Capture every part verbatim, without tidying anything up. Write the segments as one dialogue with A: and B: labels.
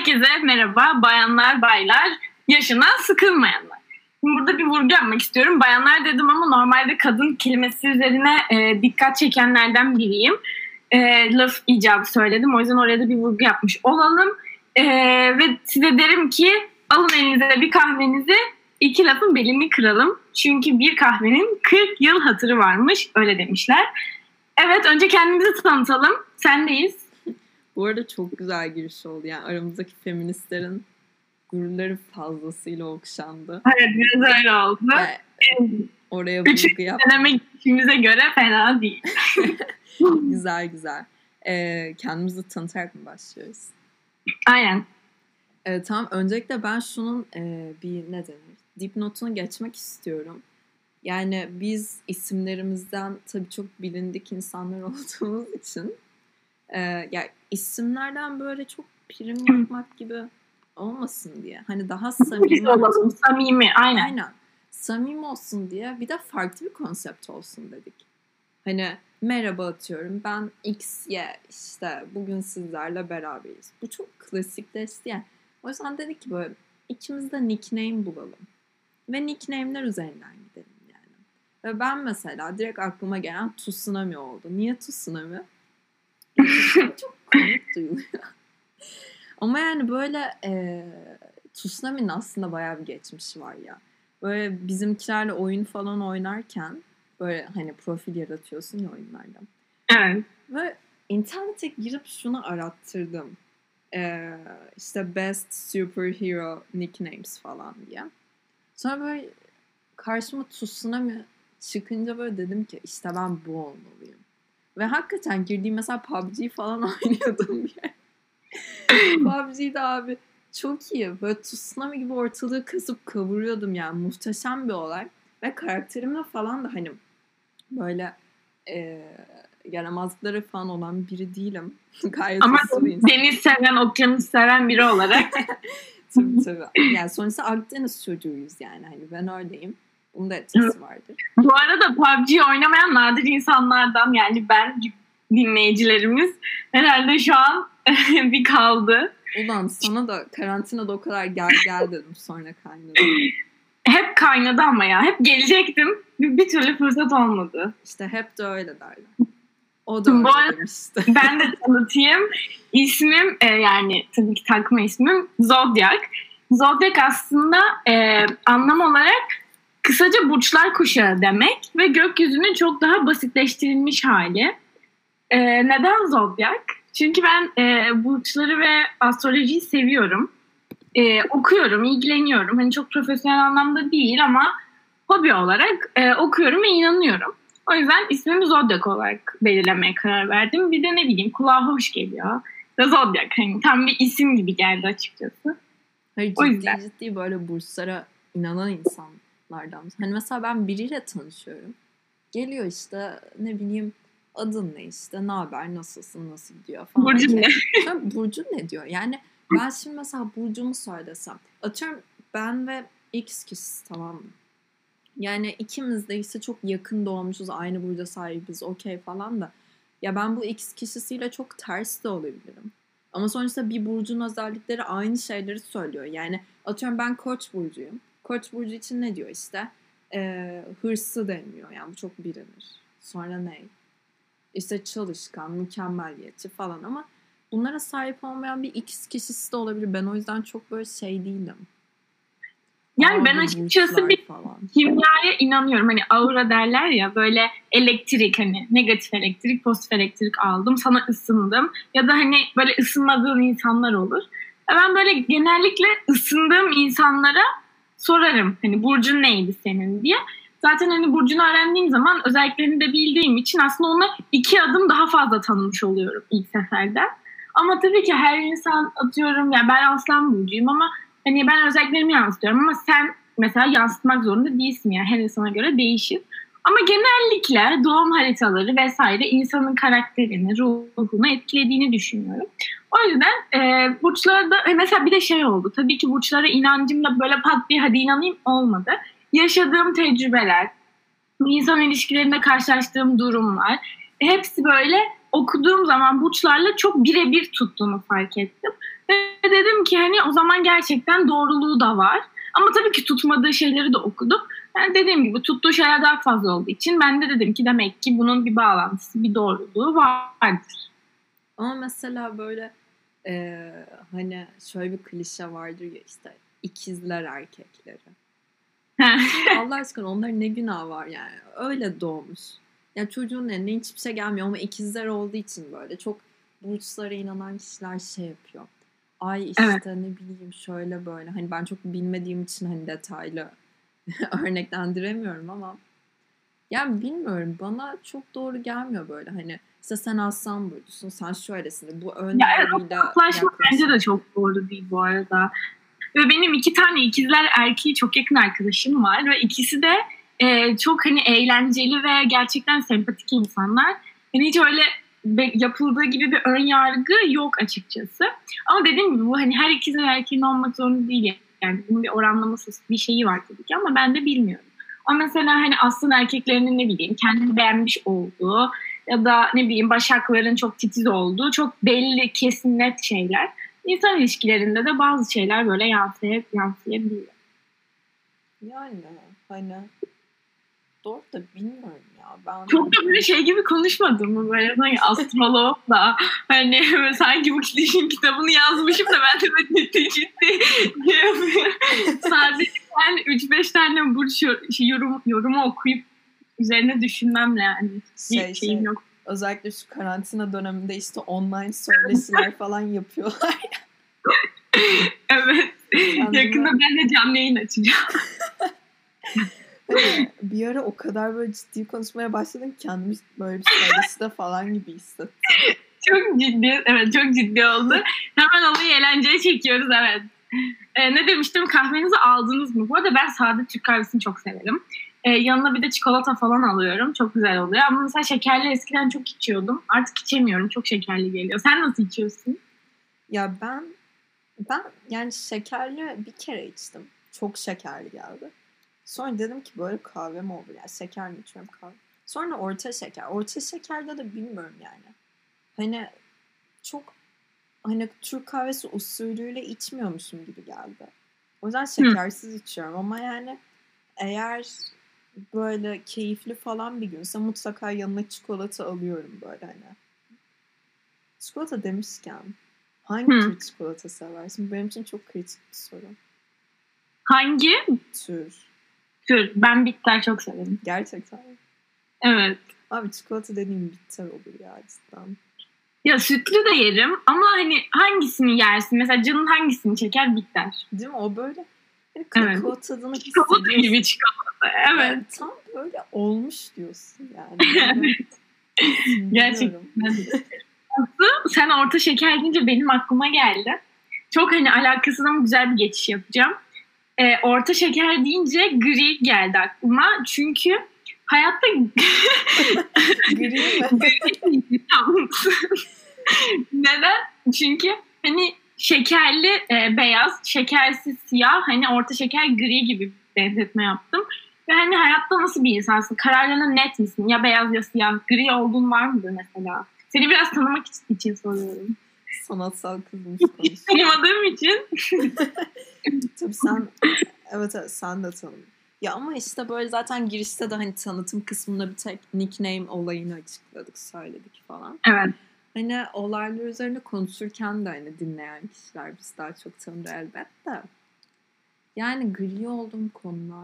A: Herkese merhaba bayanlar, baylar, yaşından sıkılmayanlar. Şimdi burada bir vurgu yapmak istiyorum. Bayanlar dedim ama normalde kadın kelimesi üzerine e, dikkat çekenlerden biriyim. E, laf icabı söyledim. O yüzden oraya da bir vurgu yapmış olalım. E, ve size derim ki alın elinize bir kahvenizi, iki lafın belini kıralım. Çünkü bir kahvenin kırk yıl hatırı varmış. Öyle demişler. Evet, önce kendimizi tanıtalım. Sendeyiz.
B: Bu arada çok güzel giriş oldu. Yani aramızdaki feministlerin gururları fazlasıyla okşandı.
A: Evet, biraz öyle oldu.
B: Ve oraya vurgu yaptık.
A: Deneme gittiğimize göre fena değil.
B: Güzel güzel. Ee, kendimizi tanıtarak mı başlıyoruz?
A: Aynen.
B: Ee, tamam, öncelikle ben şunun e, bir ne denir? Dipnotunu geçmek istiyorum. Yani biz isimlerimizden tabii çok bilindik insanlar olduğumuz için e, yani isimlerden böyle çok prim yapmak gibi olmasın diye. Hani daha samimi
A: olalım. Samimi, aynen.
B: Aynen. Samimi olsun diye bir de farklı bir konsept olsun dedik. Hani merhaba atıyorum. Ben X, Y işte bugün sizlerle beraberiz. Bu çok klasikleşti yani. O yüzden dedik ki böyle ikimiz de nickname bulalım. Ve nickname'ler üzerinden gidelim yani. Ve ben mesela direkt aklıma gelen Tsunami oldu. Niye Tsunami? Çok komik duyuluyor. Ama yani böyle e, Tsunami'nin aslında bayağı bir geçmişi var ya. Böyle bizimkilerle oyun falan oynarken böyle hani profil yaratıyorsun ya oyunlarda.
A: Evet.
B: Ve internete girip şunu arattırdım. Ee, işte best superhero nicknames falan diye. Sonra böyle karşıma Tsunami çıkınca böyle dedim ki işte ben bu olmalıyım. Ve hakikaten girdiğim mesela P U B G falan oynuyordum diye. P U B G'de abi çok iyi. Böyle Tsunami gibi ortalığı kasıp kavuruyordum yani. Muhteşem bir olay. Ve karakterimle falan da hani böyle e, yaramazlıkları falan olan biri değilim. Gayet
A: ama
B: insan.
A: deniz seven, okyanus seven biri olarak.
B: Tabii tabii. Yani sonuçta Akdeniz çocuğuyuz yani. Hani ben öyleyim. Bunun da etkisi vardır.
A: Bu arada P U B G oynamayan nadir insanlardan yani ben gibi dinleyicilerimiz herhalde şu an bir kaldı.
B: Ulan sana da karantinada o kadar gel gel dedim, sonra kaynadı.
A: Hep kaynadı ama ya. Hep gelecektim. Bir, bir türlü fırsat olmadı.
B: İşte hep de öyle derler. O da öyle
A: Bu arada
B: demişti.
A: Ben de tanıtayım. İsmim e, yani tabii ki takma ismim Zodyak. Zodyak aslında e, anlam olarak kısaca burçlar kuşağı demek ve gökyüzünün çok daha basitleştirilmiş hali. E, neden Zodyak? Çünkü ben e, burçları ve astrolojiyi seviyorum. E, okuyorum, ilgileniyorum. Hani çok profesyonel anlamda değil ama hobi olarak e, okuyorum ve inanıyorum. O yüzden ismimi Zodyak olarak belirlemeye karar verdim. Bir de ne bileyim kulağa hoş geliyor. Zodyak hani tam bir isim gibi geldi açıkçası.
B: Hayır,
A: o
B: ciddi
A: yüzden.
B: ciddi böyle burçlara inanan insanlardan. Hani mesela ben biriyle tanışıyorum. Geliyor işte ne bileyim adın ne işte, ne haber, nasılsın, nasıl gidiyor falan.
A: Burcun ne?
B: Burcun ne diyor? Yani ben şimdi mesela burcumu söylesem. Atıyorum ben ve X kişisi, tamam mı? Yani ikimiz de işte çok yakın doğmuşuz, aynı burca sahibiz, okey falan da. Ya ben bu X kişisiyle çok ters de olabilirim. Ama sonuçta bir burcun özellikleri aynı şeyleri söylüyor. Yani atıyorum ben Koç burcuyum. Koç burcu için ne diyor işte? Ee, hırslı deniliyor. Yani bu çok bilinir. Sonra ne? İşte çalışkan, mükemmeliyetçi falan ama bunlara sahip olmayan bir X kişisi de olabilir. Ben o yüzden çok böyle şey değilim.
A: Yani Aa, ben açıkçası bir falan. Kimyaya inanıyorum. Hani aura derler ya, böyle elektrik, hani negatif elektrik, pozitif elektrik aldım. Sana ısındım. Ya da hani böyle ısınmadığın insanlar olur. Ben böyle genellikle ısındığım insanlara sorarım. Hani burcun neydi senin diye. Zaten hani burcunu öğrendiğim zaman özelliklerini de bildiğim için aslında ona iki adım daha fazla tanımış oluyorum ilk seferde. Ama tabii ki her insan atıyorum ya, ben Aslan burcuyum ama hani ben özelliklerimi yansıtıyorum ama sen mesela yansıtmak zorunda değilsin yani, her insana göre değişir. Ama genellikle doğum haritaları vesaire insanın karakterini, ruhunu etkilediğini düşünüyorum. O yüzden e, burçlara da mesela bir de şey oldu. Tabii ki burçlara inancım da böyle pat diye hadi inanayım olmadı. Yaşadığım tecrübeler, insan ilişkilerinde karşılaştığım durumlar, hepsi böyle okuduğum zaman burçlarla çok birebir tuttuğunu fark ettim. Ve dedim ki hani o zaman gerçekten doğruluğu da var. Ama tabii ki tutmadığı şeyleri de okudum. Yani dediğim gibi tuttuğu şeyler daha fazla olduğu için ben de dedim ki demek ki bunun bir bağlantısı, bir doğruluğu vardır.
B: Ama mesela böyle e, hani şöyle bir klişe vardır ya işte ikizler erkekleri. Allah aşkına onların ne günah var yani. Öyle doğmuş. Yani çocuğun eline hiçbir şey gelmiyor ama ikizler olduğu için böyle çok burçlara inanan kişiler şey yapıyor. Ay işte evet. Ne bileyim şöyle böyle. Hani ben çok bilmediğim için hani detaylı örneklendiremiyorum ama yani bilmiyorum bana çok doğru gelmiyor böyle hani işte sen aslan burcusun sen şöylesin bu ön
A: yargıyla yaklaşma bence de çok doğru değil bu arada. Ve benim iki tane ikizler erkeği çok yakın arkadaşım var ve ikisi de e, çok hani eğlenceli ve gerçekten sempatik insanlar. Yani hiç öyle yapıldığı gibi bir ön yargı yok açıkçası. Ama dediğim gibi bu hani her ikizler erkeğin olmak zorunda değil. Yani bunun bir oranlaması bir şeyi var tabii ki ama ben de bilmiyorum. Ama mesela hani aslan erkeklerinin ne bileyim kendini beğenmiş olduğu ya da ne bileyim başakların çok titiz olduğu çok belli kesin net şeyler. İnsan ilişkilerinde de bazı şeyler böyle yansıyıp yansıyabiliyor.
B: Yani hani doğru da bilmiyorum ya. Ben
A: çok da böyle şey gibi konuşmadım mı böyle sanki astrolog da hani sanki bu kişinin kitabını yazmışım da ben de böyle ciddi ciddi sadece ben üç beş tane burç yorum, yorumu okuyup üzerine düşünmemle yani
B: şey, bir şeyim şey, yok. Özellikle şu karantina döneminde işte online söyleşiler falan yapıyorlar.
A: Evet. Kendime... Yakında ben de canlı yayın açacağım.
B: Hani bir ara o kadar böyle ciddi konuşmaya başladım ki kendimi böyle bir söyleşide falan gibi hissettim.
A: Çok ciddi, evet çok ciddi oldu. Hemen olayı eğlenceye çekiyoruz, evet. Ee, ne demiştim, kahvenizi aldınız mı? Bu arada ben sade Türk kahvesini çok severim. Ee, yanına bir de çikolata falan alıyorum. Çok güzel oluyor. Ama mesela şekerli eskiden çok içiyordum. Artık içemiyorum. Çok şekerli geliyor. Sen nasıl içiyorsun?
B: Ya ben ben yani şekerli bir kere içtim. Çok şekerli geldi. Sonra dedim ki böyle kahve mi olur? Yani şeker mi içiyorum kahve? Sonra orta şeker. Orta şekerde de bilmiyorum yani. Hani çok hani Türk kahvesi usulüyle içmiyormuşum gibi geldi. O yüzden şekersiz Hı. içiyorum ama yani eğer böyle keyifli falan bir günse mutlaka yanına çikolata alıyorum böyle hani. Çikolata demişken hangi Hı. tür çikolata seversin? Benim için çok kritik bir soru.
A: Hangi?
B: Tür.
A: Tür. Ben bitter çok severim.
B: Gerçekten.
A: Evet.
B: Abi çikolata dediğim bitter olur ya cidden.
A: Ya sütlü de yerim ama hani hangisini yersin? Mesela canın hangisini çeker? Bitter.
B: Değil mi? O böyle hani kakao evet. tadını hissediyorsun.
A: Çikolata gibi çikolata. Evet. Yani
B: tam böyle olmuş diyorsun yani. yani
A: gerçekten. Aslı sen orta şeker deyince benim aklıma geldi. Çok hani alakasız ama güzel bir geçiş yapacağım. Ee, orta şeker deyince gri geldi aklıma. Çünkü hayatta
B: gri mi?
A: Neden? Çünkü hani şekerli e, beyaz, şekersiz siyah, hani orta şeker gri gibi benzetme yaptım. Ve hani hayatta nasıl bir insansın? Kararlarına net misin? Ya beyaz ya siyah. Gri olduğun var mıdır mesela? Seni biraz tanımak için soruyorum.
B: Sanatsal kızmış konuşuyor.
A: Tanımadığım için.
B: Tabii sen, evet, evet sen de tanıdın. Ya ama işte böyle zaten girişte de hani tanıtım kısmında bir tek nickname olayını açıkladık, söyledik falan.
A: Evet.
B: Hani olaylar üzerine konuşurken de hani dinleyen kişiler biz daha çok tanır elbette. Yani gri olduğum konular.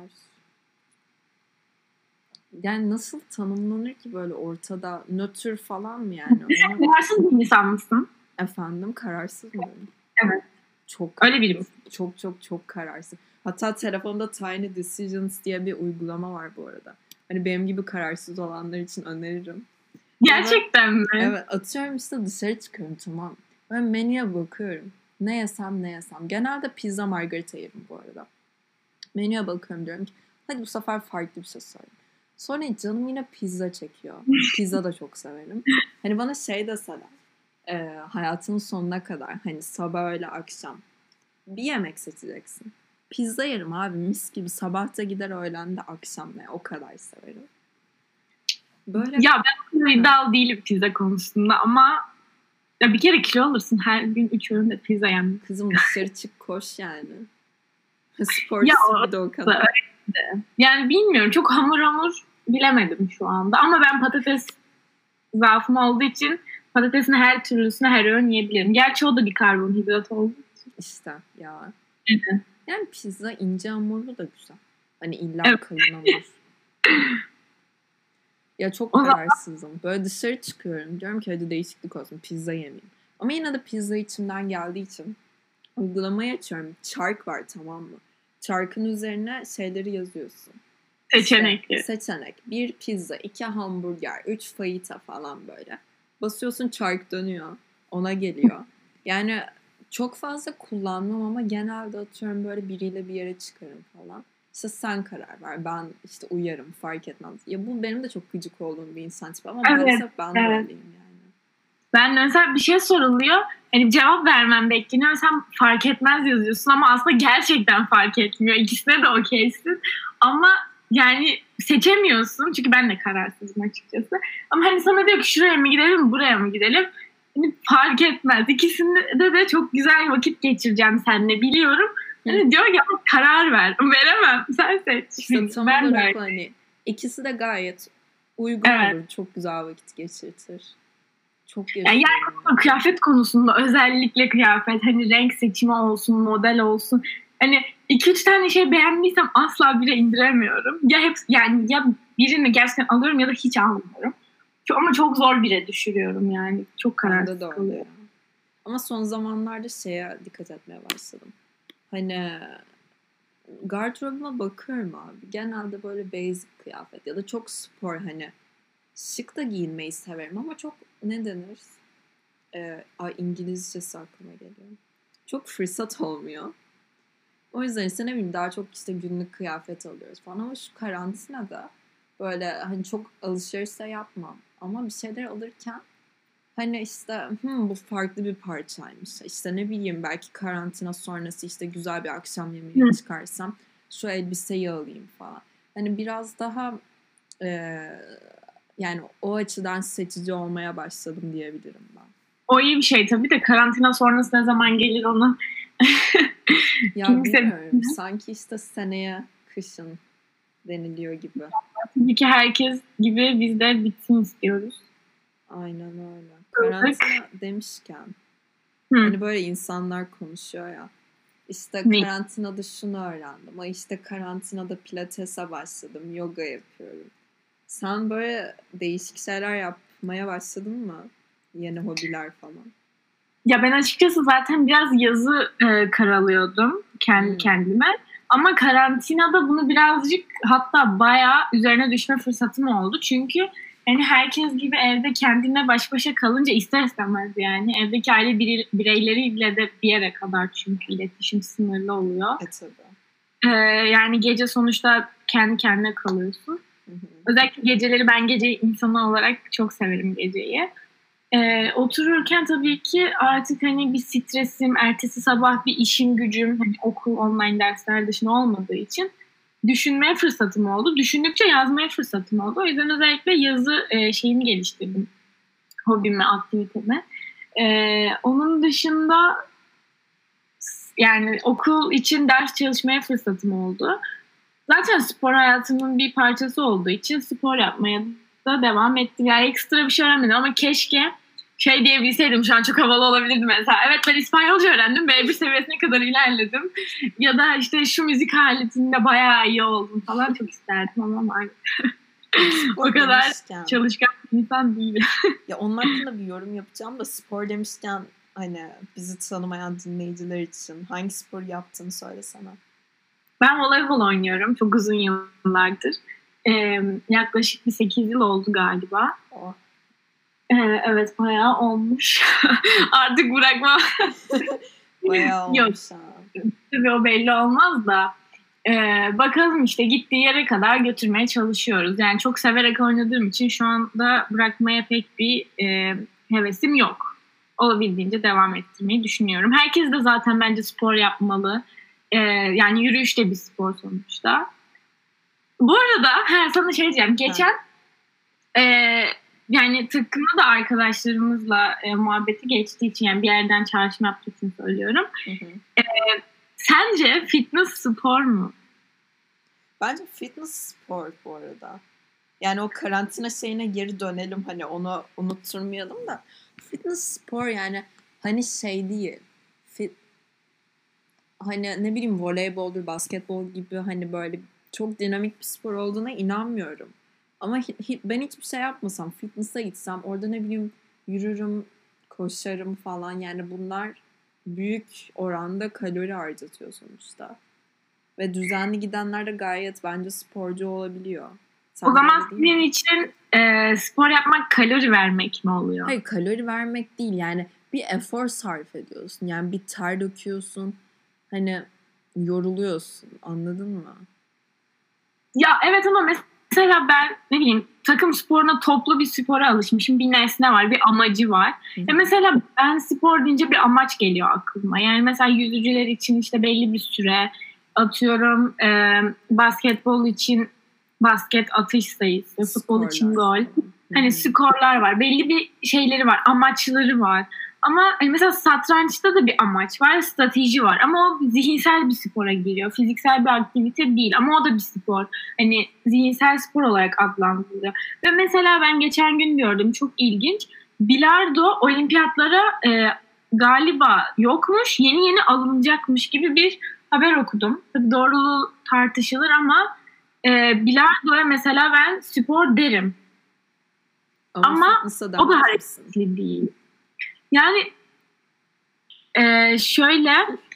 B: Yani nasıl tanımlanır ki böyle ortada? Nötr falan mı yani?
A: Kararsız bir insan mısın?
B: Efendim kararsız mıyım?
A: Evet.
B: Çok
A: öyle biri misin?
B: Çok çok çok kararsız. Hatta telefonda Tiny Decisions diye bir uygulama var bu arada. Hani benim gibi kararsız olanlar için öneririm.
A: Gerçekten
B: evet,
A: mi?
B: Evet, atıyorum işte dışarı çıkıyorum tamam. Ben menüye bakıyorum. Ne yesem ne yesem. Genelde pizza margarita yerim bu arada. Menüye bakıyorum diyorum ki hadi bu sefer farklı bir şey söyleyeyim. Sonra canım yine pizza çekiyor. Pizza da çok severim. Hani bana şey deseler e, hayatının sonuna kadar hani sabah öğle akşam bir yemek seçeceksin. Pizza yerim abi mis gibi. Sabah da gider öğlen de akşam ne o kadar severim.
A: Böyle... Ya ben iddialı değilim pizza konusunda ama Ya bir kere kilo alırsın her gün üç öğünde pizza yani.
B: Kızım dışarı çık koş yani. Sporcusu bir de o kadar.
A: Öyle. Yani bilmiyorum çok hamur hamur bilemedim şu anda. Ama ben patates zaafım olduğu için patatesin her türlüsünü her öğün yiyebilirim. Gerçi o da bir karbonhidrat olduğu için.
B: İşte ya.
A: Evet.
B: Yani pizza ince hamurlu da güzel. Hani illa
A: Evet.
B: kalın hamur. Ya çok
A: O zaman-
B: kararsızım. Böyle dışarı çıkıyorum. Diyorum ki hadi değişiklik olsun. Pizza yemeyeyim. Ama yine de pizza içimden geldiği için uygulamayı açıyorum. Çark var, tamam mı? Çarkın üzerine şeyleri yazıyorsun.
A: Seçenekli.
B: İşte seçenek. Bir pizza, iki hamburger, üç fajita falan böyle. Basıyorsun, çark dönüyor. Ona geliyor. Yani çok fazla kullanmam ama genelde atıyorum böyle biriyle bir yere çıkarım falan. İşte sen karar ver. Ben işte uyarım, fark etmez. Ya bu benim de çok gıcık olduğum bir insan tipi ama
A: Evet,
B: maalesef ben de
A: evet.
B: öyleyim yani.
A: Ben mesela bir şey soruluyor. Hani cevap vermem bekleniyor. Sen fark etmez yazıyorsun ama aslında gerçekten fark etmiyor. İkisine de okeysin. Ama yani seçemiyorsun. Çünkü ben de kararsızım açıkçası. Ama hani sana diyor ki şuraya mı gidelim, buraya mı gidelim? Hani fark etmez. İkisinde de çok güzel vakit geçireceğim seninle biliyorum. Hani diyor ki ama karar ver. Veremem. Sen seç.
B: İşte tam
A: ben
B: olarak
A: ver.
B: hani ikisi de gayet uygun
A: Evet.
B: olur. Çok güzel vakit geçirtir. Çok
A: Yani,
B: yaşıyorum.
A: yani kıyafet konusunda özellikle kıyafet hani renk seçimi olsun, model olsun. Hani iki üç tane şey beğendiysem asla bire indiremiyorum. Ya hep yani ya birini gerçekten alıyorum ya da hiç almıyorum. Ama çok zor bire düşürüyorum yani. Çok kararsız
B: Bende de öyle
A: kalıyorum.
B: ya. Ama son zamanlarda şeye dikkat etmeye başladım. Hani gardırobuma bakıyorum abi. Genelde böyle basic kıyafet ya da çok spor, hani şık da giyinmeyi severim ama çok ne denir? Ee, ay İngilizcesi aklıma geliyor. Çok fırsat olmuyor. O yüzden işte ne bileyim daha çok işte günlük kıyafet alıyoruz falan ama şu karantinada böyle hani çok alışveriş de yapmam ama bir şeyler alırken hani işte hmm, bu farklı bir parçaymış. İşte ne bileyim belki karantina sonrası işte güzel bir akşam yemeği çıkarsam şu elbiseyi alayım falan. Hani biraz daha e, yani o açıdan seçici olmaya başladım diyebilirim ben.
A: O iyi bir şey tabii de karantina sonrası ne zaman gelir onu
B: Ya
A: kimse
B: bilmiyorum. Sanki işte seneye kışın deniliyor gibi.
A: tabii ki herkes gibi biz de bitsin istiyoruz.
B: Aynen öyle. Karantina demişken
A: Hı.
B: hani böyle insanlar konuşuyor ya. İşte
A: Ne?
B: karantinada şunu öğrendim. Ay işte karantinada pilatese başladım. Yoga yapıyorum. Sen böyle değişik şeyler yapmaya başladın mı? Yeni hobiler falan.
A: Ya ben açıkçası zaten biraz yazı e, karalıyordum kendi
B: Hmm.
A: kendime. Ama karantinada bunu birazcık hatta bayağı üzerine düşme fırsatım oldu. Çünkü yani herkes gibi evde kendine baş başa kalınca ister istemez yani. Evdeki aile birey, bireyleriyle de bir yere kadar çünkü iletişim sınırlı oluyor.
B: E tabii.
A: Ee, yani gece sonuçta kendi kendine kalıyorsun.
B: Hı hı.
A: Özellikle geceleri ben gece insanı olarak çok severim geceyi. Ee, otururken tabii ki artık hani bir stresim, ertesi sabah bir işim gücüm, hani okul, online dersler dışında olmadığı için düşünmeye fırsatım oldu. Düşündükçe yazmaya fırsatım oldu. O yüzden özellikle yazı e, şeyimi geliştirdim. Hobimi, aktivitemi. Ee, onun dışında yani okul için ders çalışmaya fırsatım oldu. Zaten spor hayatımın bir parçası olduğu için spor yapmaya da devam ettim. Yani ekstra bir şey öğrenmedim ama keşke şey diyebilseydim, şu an çok havalı olabilirdi mesela. Evet ben İspanyolca öğrendim. B bir seviyesine kadar ilerledim. Ya da işte şu müzik aletinde bayağı iyi oldum falan çok isterdim ama maalesef o kadar
B: demişken,
A: çalışkan bir insan değilim.
B: ya onun hakkında bir yorum yapacağım da spor demişken hani bizi tanımayan dinleyiciler için hangi spor yaptığını söylesene.
A: Ben voleybol oynuyorum çok uzun yıllardır. Ee, yaklaşık bir sekiz yıl oldu galiba.
B: Oh.
A: Ee, evet bayağı olmuş. Artık bırakmam.
B: Bayağı
A: Yok.
B: olmuş ha.
A: Tabii o belli olmaz da. Ee, bakalım işte gittiği yere kadar götürmeye çalışıyoruz. Yani çok severek oynadığım için şu anda bırakmaya pek bir e, hevesim yok. Olabildiğince devam ettirmeyi düşünüyorum. Herkes de zaten bence spor yapmalı. Ee, yani yürüyüş de bir spor sonuçta. Bu arada he, sana şey diyeceğim. Geçen e, yani takımda da arkadaşlarımızla e, muhabbeti geçtiği için, yani bir yerden çağrışım yaptığı için söylüyorum. Hı hı. E, sence fitness spor mu?
B: Bence fitness spor bu arada. Yani o karantina şeyine geri dönelim, hani onu unutturmayalım da. Fitness spor yani hani şey değil. Fit, hani ne bileyim voleyboldur, basketbol gibi hani böyle çok dinamik bir spor olduğuna inanmıyorum. Ama hi, hi, ben hiçbir şey yapmasam, fitness'a gitsem, orada ne bileyim yürürüm, koşarım falan, yani bunlar büyük oranda kalori harcatıyor sonuçta. Ve düzenli gidenler de gayet bence sporcu olabiliyor.
A: Sen o zaman senin için e, spor yapmak kalori vermek mi oluyor?
B: Hayır, kalori vermek değil, yani bir efor sarf ediyorsun. Yani bir ter döküyorsun. Hani yoruluyorsun, anladın mı?
A: Ya evet, ama mesela ben ne bileyim takım sporuna, toplu bir spora alışmışım. Bir nesne var, bir amacı var. Hı. Ya mesela ben spor deyince bir amaç geliyor aklıma. Yani mesela yüzücüler için işte belli bir süre, atıyorum e, basketbol için basket atış sayısı, futbol için gol. Hani skorlar var, belli bir şeyleri var, amaçları var. Ama hani mesela satrançta da bir amaç var, strateji var. Ama o zihinsel bir spora giriyor. Fiziksel bir aktivite değil ama o da bir spor. Hani zihinsel spor olarak adlandırılıyor. Ve mesela ben geçen gün gördüm, çok ilginç. Bilardo olimpiyatlara e, galiba yokmuş, yeni yeni alınacakmış gibi bir haber okudum. Tabii doğruluğu tartışılır ama e, bilardoya mesela ben spor derim. Ama, ama o da hareketli değil. Yani e, şöyle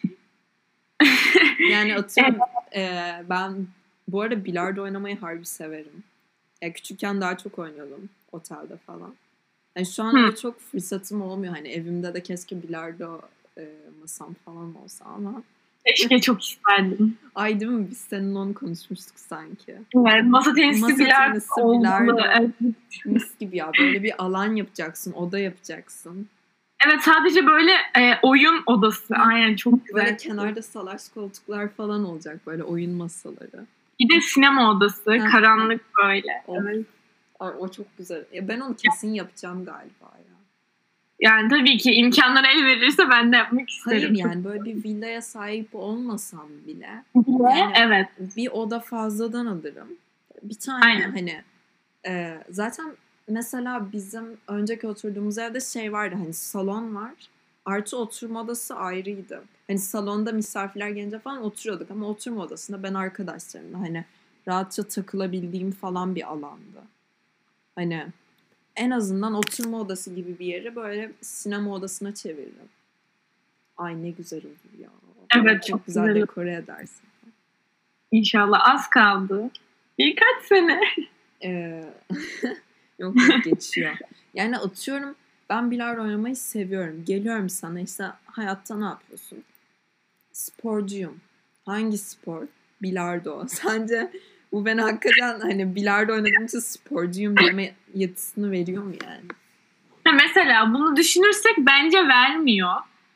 B: yani atıyorum e, ben bu arada bilardo oynamayı harbi severim. Ya küçükken daha çok oynuyordum otelde falan. Yani şu an öyle çok fırsatım olmuyor. Hani evimde de keşke bilardo e, masam falan olsa ama.
A: Keşke, çok isterdim.
B: Ay değil mi? Biz seninle onu konuşmuştuk sanki.
A: Evet, masa tenisi masa bilardo olmalı. Evet.
B: Mis gibi ya. Böyle bir alan yapacaksın, oda yapacaksın.
A: Evet, sadece böyle e, oyun odası. Aynen, çok güzel.
B: Böyle kenarda salaş koltuklar falan olacak, böyle oyun masaları.
A: Bir de sinema odası, ha, karanlık böyle.
B: Of. Evet. Ay, o çok güzel. Ya ben onu kesin yapacağım galiba ya.
A: Yani tabii ki imkanlar el verirse ben de yapmak isterim.
B: Hayır, yani böyle bir villaya sahip olmasam bile.
A: Bile,
B: yani
A: evet.
B: Bir oda fazladan alırım. Bir tane Aynen. hani e, zaten mesela bizim önceki oturduğumuz evde şey vardı, hani salon var. Artı oturma odası ayrıydı. Hani salonda misafirler gelince falan oturuyorduk ama oturma odasında ben arkadaşlarımla hani rahatça takılabildiğim falan bir alandı. Hani en azından oturma odası gibi bir yeri böyle sinema odasına çeviririm. Ay ne güzel olur ya.
A: Evet, çok,
B: çok güzel, güzel dekore edersin.
A: İnşallah, az kaldı. Birkaç sene.
B: Ee, yok yok geçiyor. Yani atıyorum ben bilardo oynamayı seviyorum. Geliyorum sana, işte hayatta ne yapıyorsun? Sporcuyum. Hangi spor? Bilardo. Sence bu beni hakikaten hani bilardo oynadığım için sporcuyum deme yetisini veriyor mu yani?
A: Ha, mesela bunu düşünürsek bence vermiyor.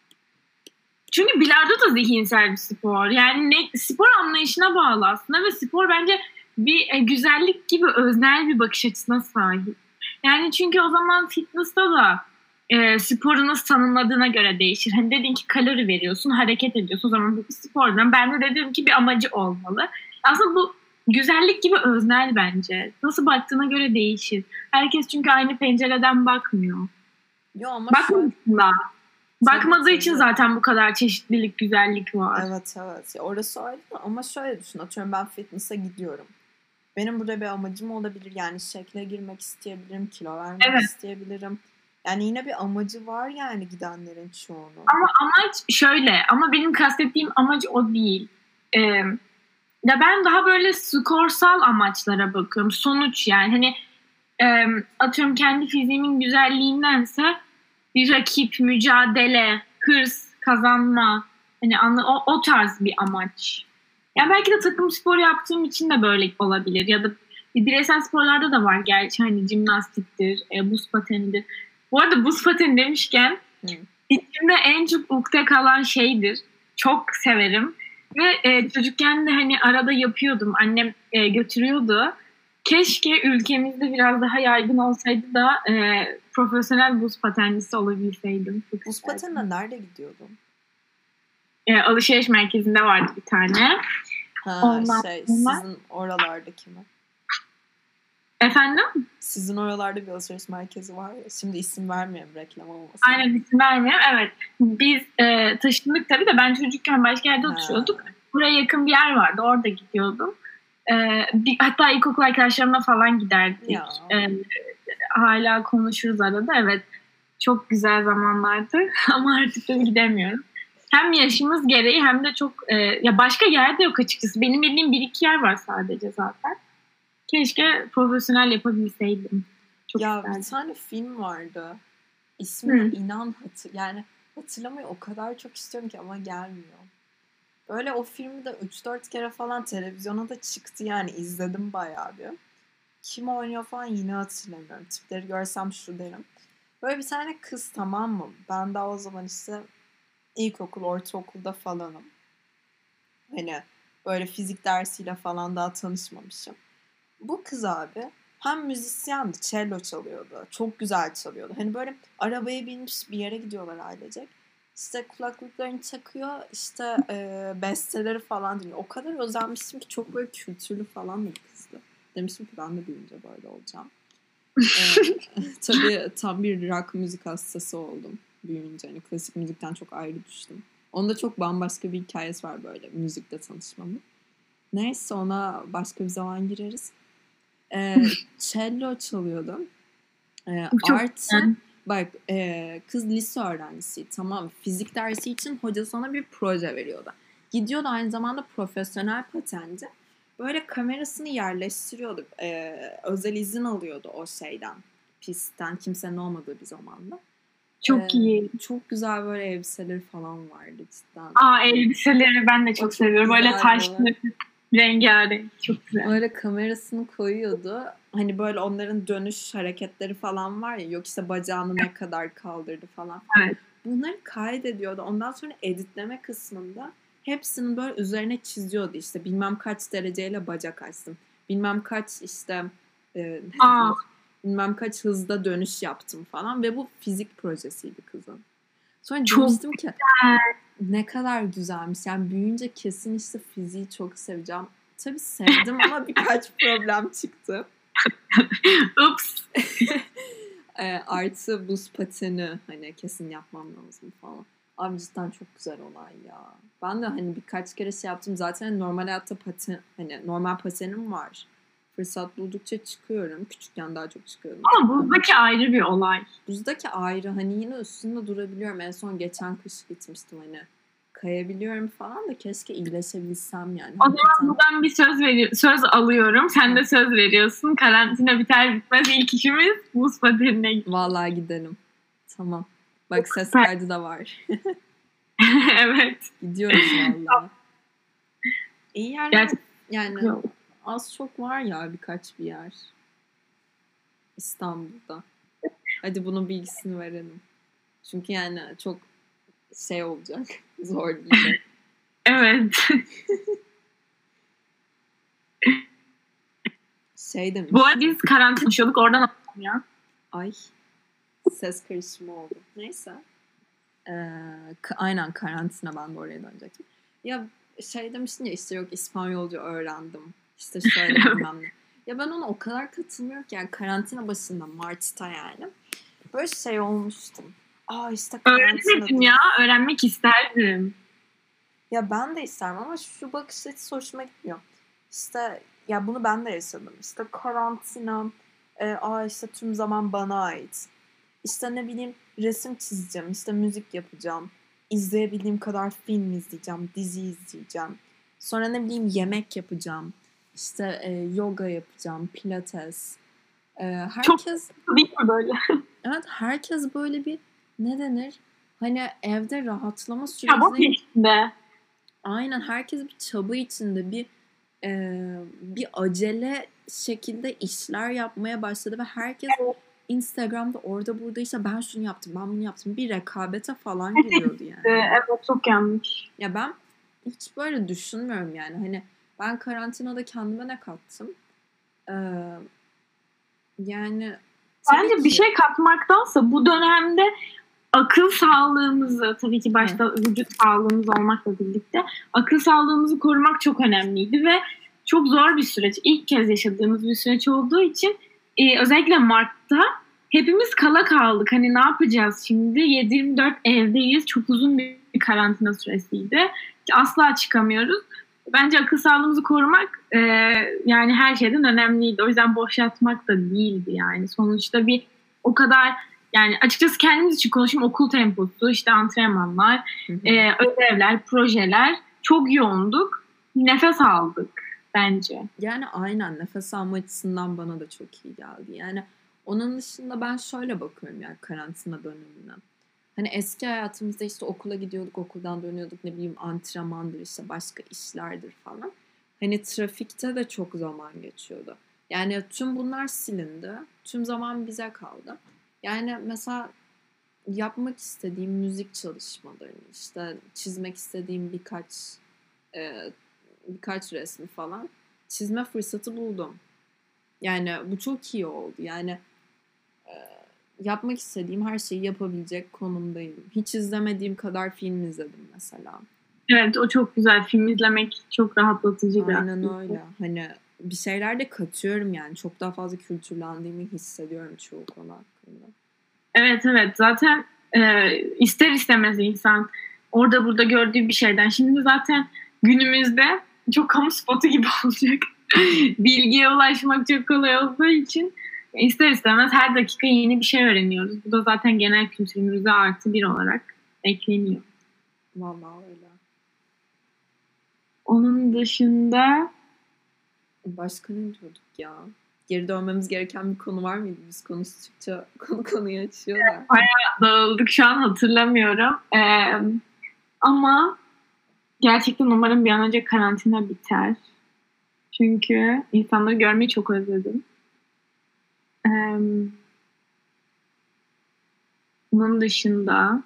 A: Çünkü bilardo da zihinsel bir spor. Yani ne, spor anlayışına bağlı aslında ve spor bence bir e, güzellik gibi öznel bir bakış açısına sahip. Yani çünkü o zaman fitness'ta da e, sporunuz tanımladığına göre değişir. Hani dedin ki kalori veriyorsun, hareket ediyorsun. O zaman bu bir spordan. Ben de dedim ki bir amacı olmalı. Aslında bu güzellik gibi öznel bence. Nasıl baktığına göre değişir. Herkes çünkü aynı pencereden bakmıyor.
B: Yo ama
A: bakmıyorsun da. Bakmadığı tabii, için tabii. Zaten bu kadar çeşitlilik, güzellik var.
B: Evet evet. Orası öyle ama şöyle düşün. Atıyorum ben fitness'a gidiyorum. Benim burada bir amacım olabilir. Yani şekle girmek isteyebilirim. Kilo vermek evet. isteyebilirim. Yani yine bir amacı var yani gidenlerin çoğunun.
A: Ama amaç şöyle. Ama benim kastettiğim amaç o değil. Ee, ya ben daha böyle skorsal amaçlara bakıyorum. Sonuç yani. Hani e, atıyorum kendi fiziğimin güzelliğindense bir rakip, mücadele, hırs, kazanma. Hani anla, o, o tarz bir amaç. Yani belki de takım spor yaptığım için de böyle olabilir. Ya da bireysel sporlarda da var gerçi. Hani jimnastiktir, e, buz patenidir. Bu arada buz pateni demişken hmm. içimde en çok ukde kalan şeydir. Çok severim. Ve e, çocukken de hani arada yapıyordum. Annem e, götürüyordu. Keşke ülkemizde biraz daha yaygın olsaydı da e, profesyonel buz patencisi olabilseydim. Çok
B: buz patenine nerede gidiyordun?
A: E, alışveriş merkezinde vardı bir tane.
B: Ha, Ondan şey sonra... sizin oralardaki mi?
A: Efendim?
B: Sizin oralarda bir alışveriş merkezi var ya. Şimdi isim vermiyorum, reklam olmasın.
A: Aynen, isim vermiyorum. Evet. Biz e, taşındık tabii de ben çocukken başka yerde oturuyorduk. Buraya yakın bir yer vardı. Orada gidiyordum. E, bir, hatta ilkokul arkadaşlarımla falan giderdik. E, hala konuşuruz arada. Evet. Çok güzel zamanlardı. Ama artık da gidemiyorum. Hem yaşımız gereği hem de çok e, ya başka yerde yok açıkçası. Benim bildiğim bir iki yer var sadece zaten. Keşke profesyonel yapabilseydim. Çok
B: ya
A: isterdim.
B: Bir tane film vardı. İsmini Hı. inan hatır yani hatırlamayı o kadar çok istiyorum ki ama gelmiyor. Böyle o filmi de üç dört kere falan televizyona da çıktı, yani izledim bayağı bir. Kim oynuyor falan yine hatırlamıyorum. Tipleri görsem şu derim. Böyle bir tane kız, tamam mı? Ben daha o zaman işte ilkokul, ortaokulda falanım. Hani böyle fizik dersiyle falan daha tanışmamışım. Bu kız abi hem müzisyendi, cello çalıyordu. Çok güzel çalıyordu. Hani böyle arabaya binmiş bir yere gidiyorlar ailecek. İşte kulaklıklarını takıyor, işte e, besteleri falan dinliyor. O kadar özenmiştim ki, çok böyle kültürlü falan bir kızdı. Demiştim ki ben de büyüyünce böyle olacağım. ee, tabii tam bir rock müzik hastası oldum büyüyünce. Hani klasik müzikten çok ayrı düştüm. Onda çok bambaşka bir hikayesi var böyle müzikle tanışmamın. Neyse, ona başka bir zaman gireriz. Ee, cello çalıyordum. Ee, artı yani. Bak e, kız lise öğrencisi, tamam, fizik dersi için hoca sana bir proje veriyordu. Gidiyordu aynı zamanda profesyonel patenci. Böyle kamerasını yerleştiriyordu. Ee, özel izin alıyordu o şeyden, pistten, kimsenin olmadığı bir zamanda.
A: Çok ee, iyi.
B: Çok güzel böyle elbiseleri falan vardı cidden.
A: Aa, elbiseleri ben de çok, çok seviyorum. Böyle taşlı, rengarenk. Çok güzel.
B: Böyle kamerasını koyuyordu. Hani böyle onların dönüş hareketleri falan var ya. Yok işte bacağını ne kadar kaldırdı falan.
A: Evet.
B: Bunları kaydediyordu. Ondan sonra editleme kısmında hepsinin böyle üzerine çiziyordu. İşte bilmem kaç dereceyle bacak açtım. Bilmem kaç işte e, bilmem kaç hızda dönüş yaptım falan. Ve bu fizik projesiydi kızın. Sonra çok demiştim ki güzel. Ne kadar güzelmiş. Yani büyüyünce kesin işte fiziği çok seveceğim. Tabii sevdim ama birkaç problem çıktı.
A: Ups.
B: e, artı buz pateni hani kesin yapmam lazım falan. Abi cidden çok güzel olay ya. Ben de hani birkaç kere şey yaptım. Zaten normal hayatta paten, hani normal patenim var. Fırsat buldukça çıkıyorum. Küçükken daha çok çıkıyordum.
A: Ama buzdaki ayrı bir olay.
B: Buzdaki ayrı. Hani yine üstünde durabiliyorum. En son geçen kış gitmiştim hani. Kayabiliyorum falan da keşke iyileşebilsem yani.
A: O zaman buradan bir söz veriyorum. Söz alıyorum. Sen de söz veriyorsun. Karantina biter bitmez ilk işimiz buz patenine gidelim.
B: Vallahi gidelim. Tamam. Bak ses kaydı da var.
A: Evet.
B: Gidiyoruz vallahi. İyi yerler. Gerçekten. Yani yok. Az çok var ya birkaç bir yer. İstanbul'da. Hadi bunun bilgisini verelim. Çünkü yani çok şey olacak. Zor diyecek.
A: Evet.
B: Şey demiş.
A: Bu arada biz karantina yaşıyorduk. Oradan alalım ya.
B: Ay. Ses karışımı oldu. Neyse. Ee, k- aynen karantina, ben de oraya dönecektim. Ya şey demiştin ya işte yok İspanyolca öğrendim. İşte şöyle bilmem ne. Ya ben ona o kadar katılmıyorum ki yani karantina başında Mart'ta yani. Böyle şey olmuştum. Aa işte
A: öğrenmedim ya. Öğrenmek isterdim.
B: Ya ben de isterim ama şu bakış açısı hoşuma gitmiyor. İşte ya bunu ben de yaşadım. İşte karantina, e, aa işte tüm zaman bana ait. İşte ne bileyim resim çizeceğim, işte müzik yapacağım. İzleyebildiğim kadar film izleyeceğim, dizi izleyeceğim. Sonra ne bileyim yemek yapacağım. İşte e, yoga yapacağım, pilates. E, herkes...
A: Çok değil mi böyle?
B: Evet, herkes böyle bir ne denir? Hani evde rahatlama sürecinde...
A: Çaba içinde.
B: Aynen, herkes bir çaba içinde, bir e, bir acele şekilde işler yapmaya başladı ve herkes Instagram'da orada burada işte ben şunu yaptım, ben bunu yaptım. Bir rekabete falan giriyordu yani.
A: Evet, çok yanlış.
B: Ya ben hiç böyle düşünmüyorum yani. Hani ben karantinada kendime ne kattım? Ee, yani
A: bence ki... bir şey katmaktansa bu dönemde akıl sağlığımızı, tabii ki başta evet. vücut sağlığımız olmakla birlikte akıl sağlığımızı korumak çok önemliydi ve çok zor bir süreç. İlk kez yaşadığımız bir süreç olduğu için e, özellikle Mart'ta hepimiz kala kaldık. Hani ne yapacağız şimdi? yedi yirmi dört evdeyiz. Çok uzun bir karantina süresiydi. Asla çıkamıyoruz. Bence akıl sağlığımızı korumak e, yani her şeyden önemliydi. O yüzden boş yatmak da değildi yani. Sonuçta bir o kadar yani açıkçası kendimiz için konuşayım, okul temposu, işte antrenmanlar, e, ödevler, projeler çok yoğunduk. Nefes aldık bence.
B: Yani aynen nefes alma açısından bana da çok iyi geldi. Yani onun dışında ben şöyle bakıyorum yani karantina dönemine. Hani eski hayatımızda işte okula gidiyorduk, okuldan dönüyorduk, ne bileyim antrenmandır, işte başka işlerdir falan. Hani trafikte de çok zaman geçiyordu. Yani tüm bunlar silindi. Tüm zaman bize kaldı. Yani mesela yapmak istediğim müzik çalışmalarını, işte çizmek istediğim birkaç e, birkaç resmi falan çizme fırsatı buldum. Yani bu çok iyi oldu. Yani e, yapmak istediğim her şeyi yapabilecek konumdayım. Hiç izlemediğim kadar film izledim mesela.
A: Evet, o çok güzel. Film izlemek çok rahatlatıcı.
B: Aynen öyle. Hani bir şeyler de katıyorum yani. Çok daha fazla kültürlendiğimi hissediyorum çoğu konu hakkında.
A: Evet evet. Zaten e, ister istemez insan orada burada gördüğü bir şeyden. Şimdi zaten günümüzde çok kamu spotu gibi olacak. Bilgiye ulaşmak çok kolay olduğu için ister istemez her dakika yeni bir şey öğreniyoruz. Bu da zaten genel kültürümüze artı bir olarak ekleniyor.
B: Vallahi öyle.
A: Onun dışında
B: başka ne diyorduk ya? Geri dönmemiz gereken bir konu var mıydı? Biz konuştukça konu konuyu açıyor da.
A: Bayağı dağıldık, şu an hatırlamıyorum. Ee, ama gerçekten umarım bir an önce karantina biter. Çünkü insanları görmeyi çok özledim. Ee, bunun dışında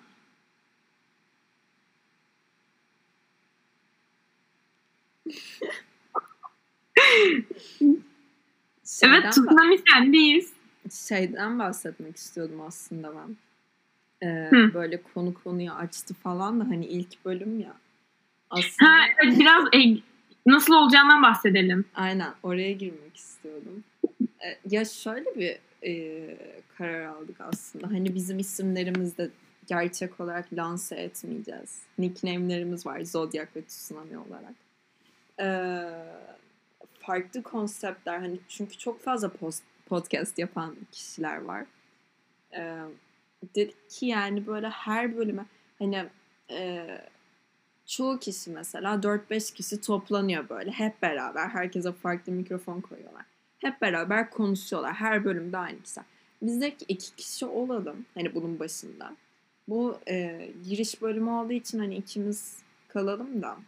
A: evet, tsunami bah- sendeyiz.
B: Şeyden bahsetmek istiyordum aslında ben. Ee, böyle konu konuyu açtı falan da hani ilk bölüm ya.
A: Aslında... Ha, biraz e, nasıl olacağından bahsedelim.
B: Aynen, oraya girmek istiyordum. Ee, ya şöyle bir e, karar aldık aslında. Hani bizim isimlerimizi de gerçek olarak lanse etmeyeceğiz. Nickname'lerimiz var, Zodiac ve Tsunami olarak. Ee, farklı konseptler, hani çünkü çok fazla post, podcast yapan kişiler var. Ee, dedik ki yani böyle her bölüme hani e, çoğu kişi mesela dört beş kişi toplanıyor böyle hep beraber, herkese farklı mikrofon koyuyorlar. Hep beraber konuşuyorlar. Her bölümde aynı kişiler. Biz de iki kişi olalım hani bunun başında. Bu e, giriş bölümü olduğu için hani ikimiz kalalım da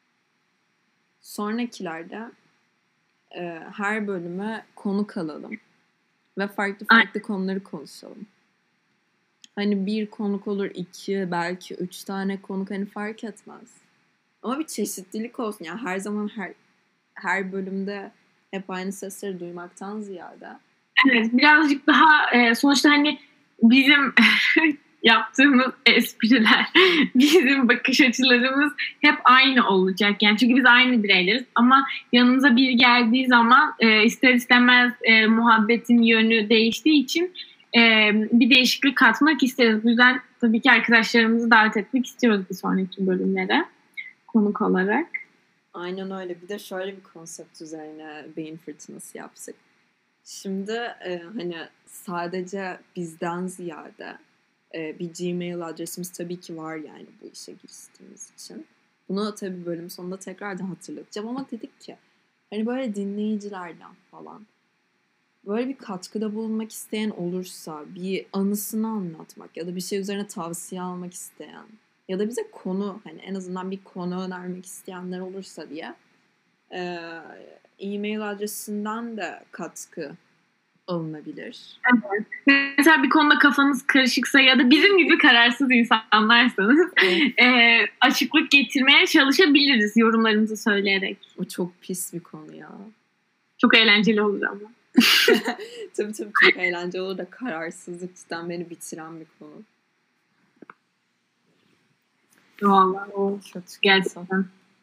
B: sonrakilerde e, her bölüme konuk alalım ve farklı farklı Ay. konuları konuşalım. Hani bir konuk olur, iki, belki üç tane konuk, hani fark etmez. Ama bir çeşitlilik olsun. Yani her zaman her her bölümde hep aynı sesleri duymaktan ziyade.
A: Evet, birazcık daha e, sonuçta hani bizim yaptığımız espriler, bizim bakış açılarımız hep aynı olacak. Yani çünkü biz aynı bireyleriz ama yanımıza biri geldiği zaman e, ister istemez e, muhabbetin yönü değiştiği için e, bir değişiklik katmak isteriz. Bu yüzden tabii ki arkadaşlarımızı davet etmek istiyoruz bir sonraki bölümlere konuk olarak.
B: Aynen öyle. Bir de şöyle bir konsept üzerine beyin fırtınası yapsak. Şimdi e, hani sadece bizden ziyade e, bir Gmail adresimiz tabii ki var yani bu işe giriştiğimiz için. Bunu tabii bölüm sonunda tekrardan hatırlatacağım ama dedik ki hani böyle dinleyicilerden falan böyle bir katkıda bulunmak isteyen olursa, bir anısını anlatmak ya da bir şey üzerine tavsiye almak isteyen ya da bize konu, hani en azından bir konu önermek isteyenler olursa diye e, e-mail adresinden de katkı alınabilir.
A: Evet. Mesela bir konuda kafanız karışıksa ya da bizim gibi kararsız insanlarsanız evet. e, açıklık getirmeye çalışabiliriz yorumlarımızı söyleyerek.
B: O çok pis bir konu ya.
A: Çok eğlenceli olur ama.
B: Tabii tabii çok eğlenceli olur da kararsızlık cidden beni bitiren bir konu.
A: Vallahi o kötü gerçekten.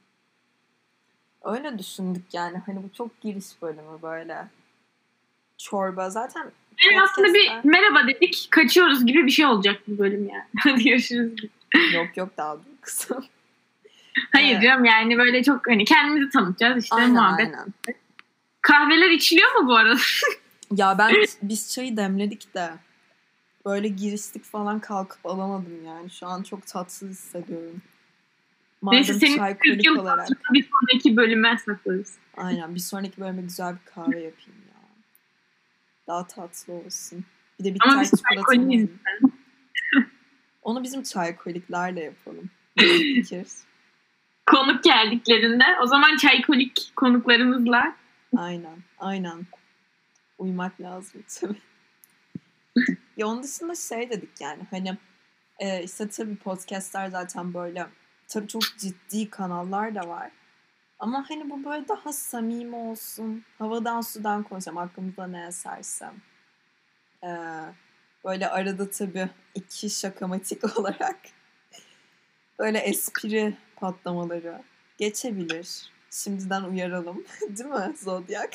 B: Öyle düşündük yani. Hani bu çok giriş bölümü böyle. Çorba zaten.
A: Yani aslında bir merhaba dedik, kaçıyoruz gibi bir şey olacak bu bölüm yani. Hadi görüşürüz.
B: Yok yok daha dur kızım.
A: Hayır canım yani böyle çok hani kendimizi tanıtacağız işte aynen, muhabbet. Aynen. Kahveler içiliyor mu bu arada?
B: Ya ben biz çayı demledik de böyle giriştik falan kalkıp alamadım yani. Şu an çok tatsız hissediyorum.
A: Madem neyse senin çay kolik olarak. Bir sonraki bölüme saklarız.
B: Aynen bir sonraki bölüme güzel bir kahve yapayım ya. Daha tatlı olsun. Bir de bir tane çikolatamız. Onu bizim çay koliklerle yapalım. Fikir.
A: Konuk geldiklerinde. O zaman çay kolik konuklarımızla.
B: Aynen. Aynen. Uyumak lazım tabii. Ya onun dışında şey dedik yani hani e, işte tabii podcastlar zaten böyle tabii çok ciddi kanallar da var. Ama hani bu böyle daha samimi olsun. Havadan sudan konuşacağım. Aklımda ne esersem. Ee, böyle arada tabii iki şakamatik olarak böyle espri patlamaları geçebilir. Şimdiden uyaralım. Değil mi Zodyak?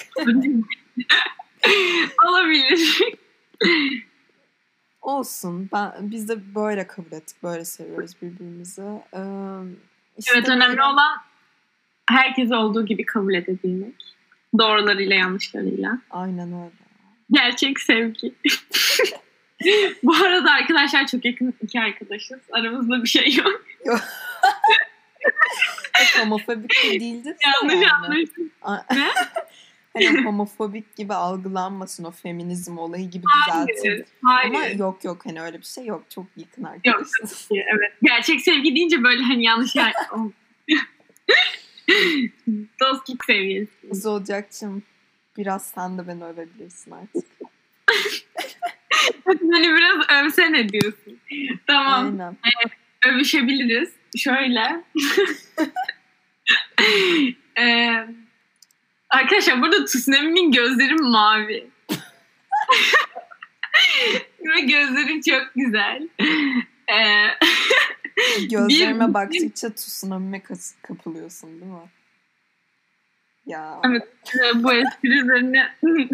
A: Olabilir.
B: Olsun. Ben, biz de böyle kabul ettik. Böyle seviyoruz birbirimizi. Ee,
A: işte evet önemli böyle... olan herkese olduğu gibi kabul edebilmek. Doğrularıyla yanlışlarıyla.
B: Aynen öyle.
A: Gerçek sevgi. Bu arada arkadaşlar çok yakın iki arkadaşız. Aramızda bir şey yok.
B: Yok. Homofobik de değildir.
A: Yanlış yani. Anlaşıldı. Ne?
B: Hani homofobik gibi algılanmasın o feminizm olayı gibi düzeltin.
A: Hayır.
B: Ama yok yok hani öyle bir şey yok. Çok yakın arkadaşız.
A: Yok. Evet. Gerçek sevgi deyince böyle hani yanlış yer. Dostluk seviyesi.
B: Zodyak'cığım biraz sen de beni övebilirsin artık.
A: Beni biraz övsene diyorsun. Tamam.
B: Aynen.
A: Evet, övüşebiliriz. Şöyle. ee, arkadaşlar burada Tsunami'nin gözleri mavi. Ve gözleri çok güzel. Ee,
B: Gözlerime bir, baktıkça Tsunami'me kapılıyorsun değil mi? Ya.
A: Evet. Bu espri üzerine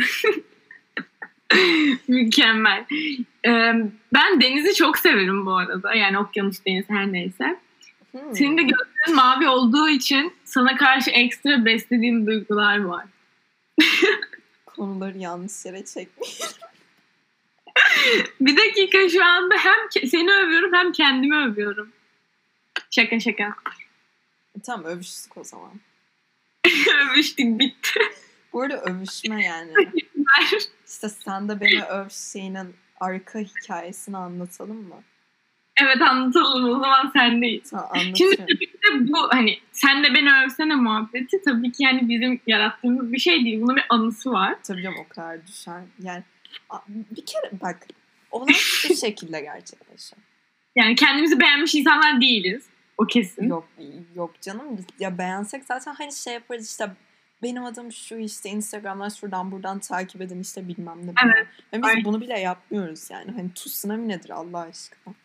A: mükemmel. Ee, ben denizi çok severim bu arada. Yani okyanus, deniz her neyse. Hmm. Senin de gözlerin mavi olduğu için sana karşı ekstra beslediğim duygular var.
B: Konuları yanlış yere çekmeyelim.
A: Bir dakika şu anda hem seni övüyorum hem kendimi övüyorum. Şaka şaka.
B: Tamam övüştük o zaman.
A: Övüştük bitti.
B: Bu arada övüşme yani. İşte sen de beni öv şeyinin arka hikayesini anlatalım mı?
A: Evet anlatalım o zaman sendeyiz.
B: Tamam,
A: şimdi tabii ki de bu hani sen de beni övsene muhabbeti tabii ki yani bizim yarattığımız bir şey değil. Bunun bir anısı var.
B: Tabii canım o kadar düşer. Yani bir kere bak olay bu şekilde gerçekleşiyor.
A: Yani kendimizi beğenmiş insanlar değiliz. O kesin.
B: Yok yok canım. Ya beğensek zaten hani şey yaparız işte benim adım şu işte Instagram'dan şuradan buradan takip edin işte bilmem ne.
A: Evet.
B: Yani biz Ay. bunu bile yapmıyoruz yani. Hani Tsunami nedir Allah aşkına?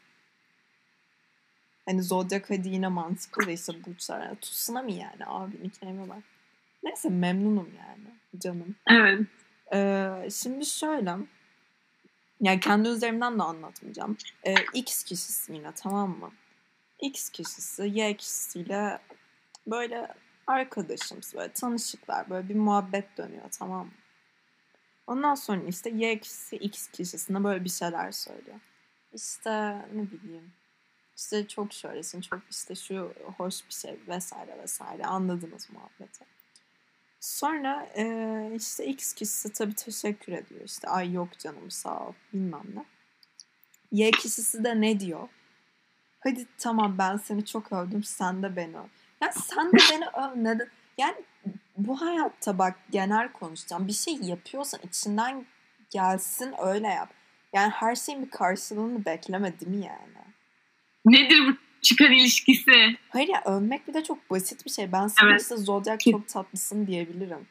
B: Hani Zodyak hadi yine mantıklı da işte burçlar. Yani Tsunami yani abi nickname'e bak. Neyse memnunum yani canım.
A: Evet.
B: Ee, şimdi şöyle. Yani kendi üzerimden de anlatmayacağım. Ee, X kişisi yine tamam mı? X kişisi Y kişisiyle böyle arkadaşımız böyle tanışıklar böyle bir muhabbet dönüyor tamam mı? Ondan sonra işte Y kişisi X kişisine böyle bir şeyler söylüyor. İşte ne bileyim işte çok şöylesin çok işte şu hoş bir şey vesaire vesaire anladınız muhabbeti. Sonra e, işte X kişisi tabii teşekkür ediyor işte ay yok canım sağ ol bilmem ne. Y kişisi de ne diyor? Hadi tamam ben seni çok övdüm sen de beni öv. Yani sen de beni öv neden? Yani bu hayatta bak genel konuşacağım. Bir şey yapıyorsan içinden gelsin öyle yap. Yani her şeyin bir karşılığını bekleme değil mi yani?
A: Nedir bu çıkar ilişkisi?
B: Hayır ya övmek bir de çok basit bir şey. Ben sana evet. işte Zodyak çok tatlısın diyebilirim.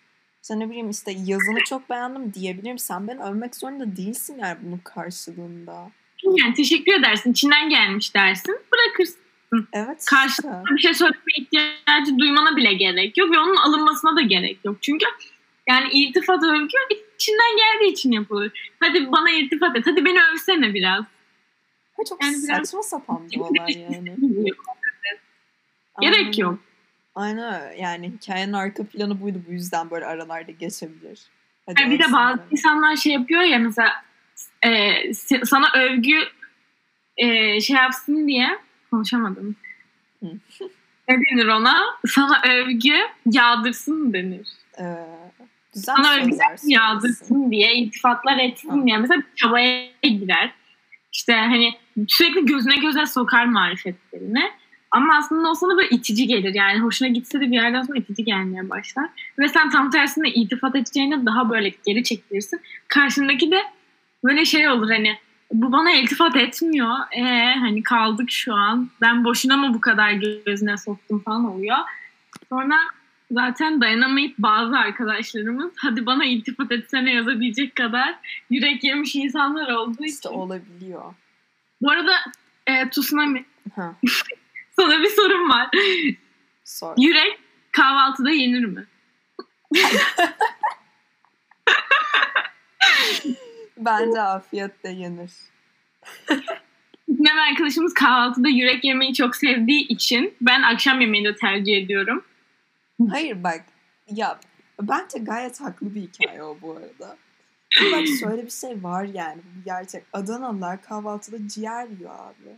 B: İşte ne bileyim işte yazını çok beğendim diyebilirim. Sen beni övmek zorunda değilsin yani bunun karşılığında.
A: Yani teşekkür edersin. İçinden gelmiş dersin. Bırakırsın.
B: Evet.
A: Karşılığında işte bir şey söylemeye ihtiyacı duymana bile gerek yok. Ve onun alınmasına da gerek yok. Çünkü yani iltifat, övgü içinden geldiği için yapılır. Hadi bana iltifat et. Hadi beni övsene biraz.
B: Ha, çok yani saçma biraz... sapan bir olay yani.
A: Gerek Aynen. yok.
B: Aynen yani hikayenin arka planı buydu. Bu yüzden böyle aralarda geçebilir.
A: Hadi yani bir de bazı yani. insanlar şey yapıyor ya mesela e, sana övgü e, şey yapsın diye konuşamadım. Ne denir ona? Sana övgü yağdırsın denir.
B: Ee, güzel
A: sana övgü yağdırsın diye, iltifatlar etsin Hı. diye. Mesela çabaya girer. İşte hani sürekli gözüne göze sokar marifetlerini. Ama aslında o sana böyle itici gelir. Yani hoşuna gitse de bir yerden sonra itici gelmeye başlar. Ve sen tam tersine iltifat edeceğine daha böyle geri çekilirsin. Karşındaki de böyle şey olur hani bu bana iltifat etmiyor. Ee, hani kaldık şu an. Ben boşuna mı bu kadar gözüne soktum falan oluyor. Sonra zaten dayanamayıp bazı arkadaşlarımız hadi bana iltifat etsene yazabilecek kadar yürek yemiş insanlar olduğu için.
B: İşte olabiliyor.
A: Bu arada e, Tsunami sana bir sorum var.
B: Sor.
A: Yürek kahvaltıda yenir mi?
B: Bence afiyetle yenir.
A: Benim arkadaşımız kahvaltıda yürek yemeyi çok sevdiği için ben akşam yemeğini de tercih ediyorum.
B: Hayır bak ya bence gayet haklı bir hikaye o bu arada. Şimdi bak şöyle bir şey var yani bu gerçek. Adanalılar kahvaltıda ciğer yiyor abi.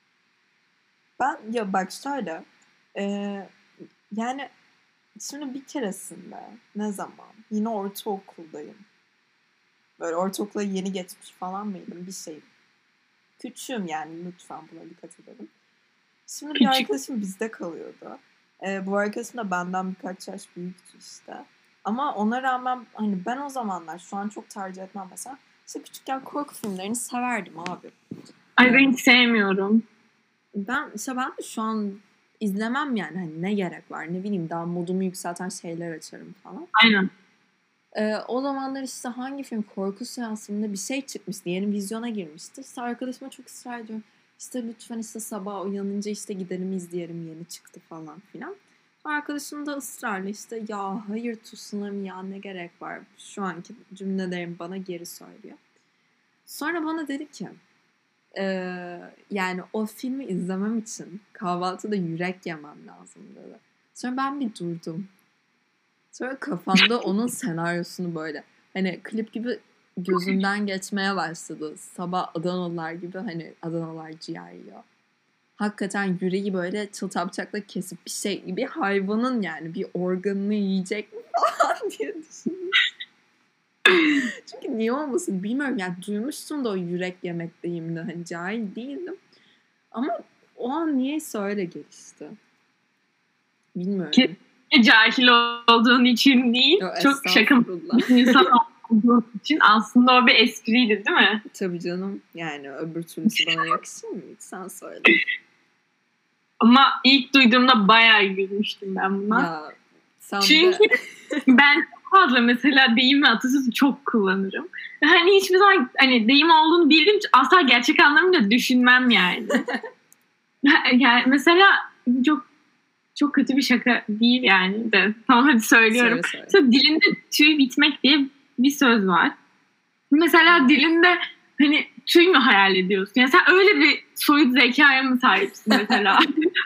B: Ben ya bak şöyle e, yani şimdi bir keresinde ne zaman yine ortaokuldayım. Böyle ortaokula yeni geçmiş falan mıydım bir şey. Küçüğüm yani lütfen buna dikkat edelim. Şimdi bir arkadaşım bizde kalıyordu. Ee, bu arkadaşım da benden birkaç yaş büyüktü işte. Ama ona rağmen hani ben o zamanlar şu an çok tercih etmem mesela. İşte küçükken korku filmlerini severdim abi.
A: Ay ben hiç sevmiyorum.
B: Ben işte ben de şu an izlemem yani hani ne gerek var ne bileyim daha modumu yükselten şeyler açarım falan.
A: Aynen.
B: Ee, o zamanlar işte hangi film korku seansında bir şey çıkmıştı. Yeni vizyona girmişti. İşte arkadaşıma çok ısrar ediyorum. İşte lütfen işte sabah uyanınca işte gidelim izleyelim yeni çıktı falan filan. Arkadaşım da ısrarla işte ya hayır Tsunami ya ne gerek var. Şu anki cümlelerim bana geri söylüyor. Sonra bana dedi ki e, yani o filmi izlemem için kahvaltıda yürek yemem lazım dedi. Sonra ben bir durdum. Sonra kafamda onun senaryosunu böyle hani klip gibi gözümden geçmeye başladı. Sabah Adanalılar gibi hani Adanalılar ciğer yiyor. Hakikaten yüreği böyle çıltap bıçakla kesip bir şey gibi hayvanın yani bir organını yiyecek mi falan diye düşündüm. Çünkü niye olmasın bilmiyorum yani duymuştum da o yürek yemek deyimini hani cahil değildim. Ama o an niyeyse öyle gelişti. Bilmiyorum.
A: Ki cahil olduğun için değil, Yo, çok şaka insan olduğun için aslında o bir espriydi değil mi?
B: Tabii canım. Yani öbür türlüsü bana yakışır mı? Sen söyle.
A: Ama ilk duyduğumda bayağı gülmüştüm ben buna. Ya, sen Çünkü de... ben fazla mesela deyim ve atasözü çok kullanırım. Ve hani hiçbir zaman hani deyim olduğunu bildiğim için asla gerçek anlamıyla düşünmem yani. Yani mesela çok Çok kötü bir şaka değil yani de. Tamam hadi söylüyorum. Söyle, söyle. Sonra dilinde tüy bitmek diye bir söz var. Mesela dilinde hani tüy mü hayal ediyorsun? Yani sen öyle bir soyut zekaya mı sahipsin mesela?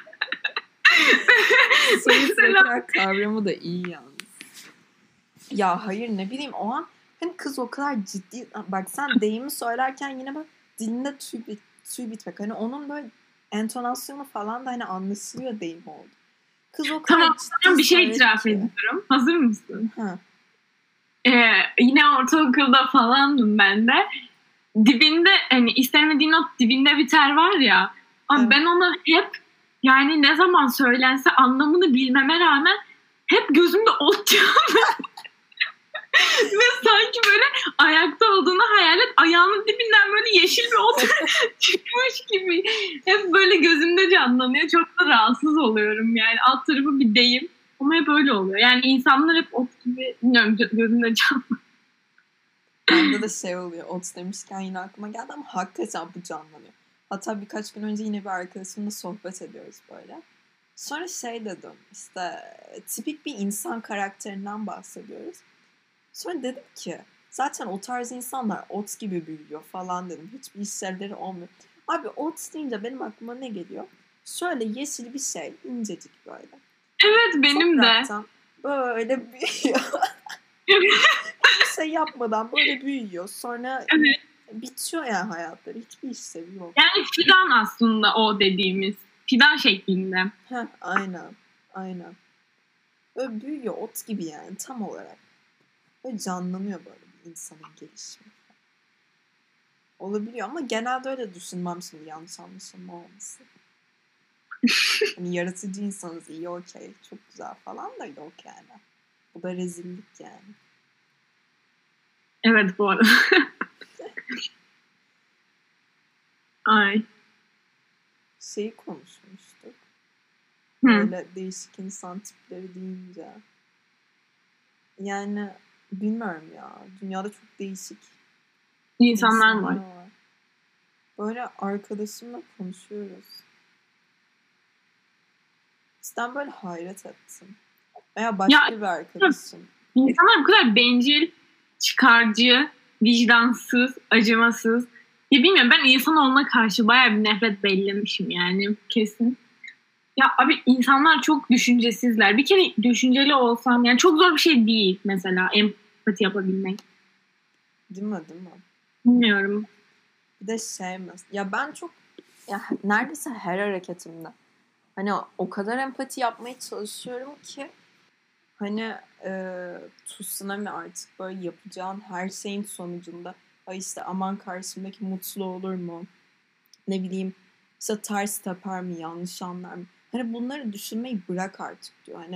B: Soyut zeka kavramı da iyi yalnız. Ya hayır ne bileyim o an hani kız o kadar ciddi. Bak sen deyimi söylerken yine bak dilinde tüy, tüy bitmek. Hani onun böyle entonasyonu falan da hani anlaşılıyor deyim oldu. Kız o kadar
A: tamam, tamam bir şey itiraf ki. ediyorum. Hazır mısın?
B: Ha.
A: Ee, yine ortaokulda falandım ben de. Dibinde hani istemediğin o dibinde biter var ya. Abi evet. Ben onu hep yani ne zaman söylense anlamını bilmeme rağmen hep gözümde ot canlı. Ve sanki böyle ayakta olduğunu hayal et. Ayağının dibinden böyle yeşil bir ot çıkmış gibi. Hep böyle gözümde canlanıyor. Çok da rahatsız oluyorum yani. Alt tarafı bir deyim. Ama hep öyle oluyor. Yani insanlar hep ot gibi, bilmiyorum, gözümde canlı.
B: Bende de şey oluyor, ot demişken yine aklıma geldi ama hakikaten bu canlanıyor. Hatta birkaç gün önce yine bir arkadaşımla sohbet ediyoruz böyle. Sonra şey dedim, işte tipik bir insan karakterinden bahsediyoruz. Sonra dedim ki zaten o tarz insanlar ot gibi büyüyor falan dedim. Hiçbir işlevleri olmuyor. Abi ot deyince benim aklıma ne geliyor? Şöyle yeşil bir şey, incecik böyle.
A: Evet, benim
B: Topraktan
A: de.
B: böyle büyüyor. Bir şey yapmadan böyle büyüyor. Sonra
A: evet.
B: bitiyor yani hayatları. Hiçbir işlevi yok.
A: Yani fidan aslında o dediğimiz. Fidan şeklinde.
B: Heh, aynen. Aynen. Böyle büyüyor. Ot gibi yani tam olarak. Böyle canlanıyor böyle bir insanın gelişimi. Olabiliyor ama genelde öyle düşünmem şimdi, yanlış anlaşılma olmasın. Hani yaratıcı insanız, iyi, okey, çok güzel falan da yok yani. Bu da rezillik yani.
A: Evet, bu arada. Ay.
B: Şeyi konuşmuştuk.
A: Hı.
B: Böyle değişik insan tipleri deyince. Yani bilmiyorum ya. Dünyada çok değişik
A: İnsanlar
B: insanlar
A: var.
B: var. Böyle arkadaşımla konuşuyoruz. Sizden böyle hayret ettim. Veya başka
A: Ya,
B: bir arkadaşım.
A: İnsanlar bu kadar bencil, çıkarcı, vicdansız, acımasız. Ya bilmiyorum, ben insan olma karşı bayağı bir nefret bellemişim yani, kesin. Ya abi, insanlar çok düşüncesizler. Bir kere düşünceli olsam, yani çok zor bir şey değil mesela empati yapabilmek.
B: Değil mi, değil mi?
A: Bilmiyorum.
B: Bir de şey mi? Ya ben çok, ya neredeyse her hareketimde hani o kadar empati yapmaya çalışıyorum ki hani e, tsunami artık böyle yapacağın her şeyin sonucunda ay işte aman karşımdaki mutlu olur mu? Ne bileyim işte ters teper mi? Yanlış anlar mı? Hani bunları düşünmeyi bırak artık diyor. Hani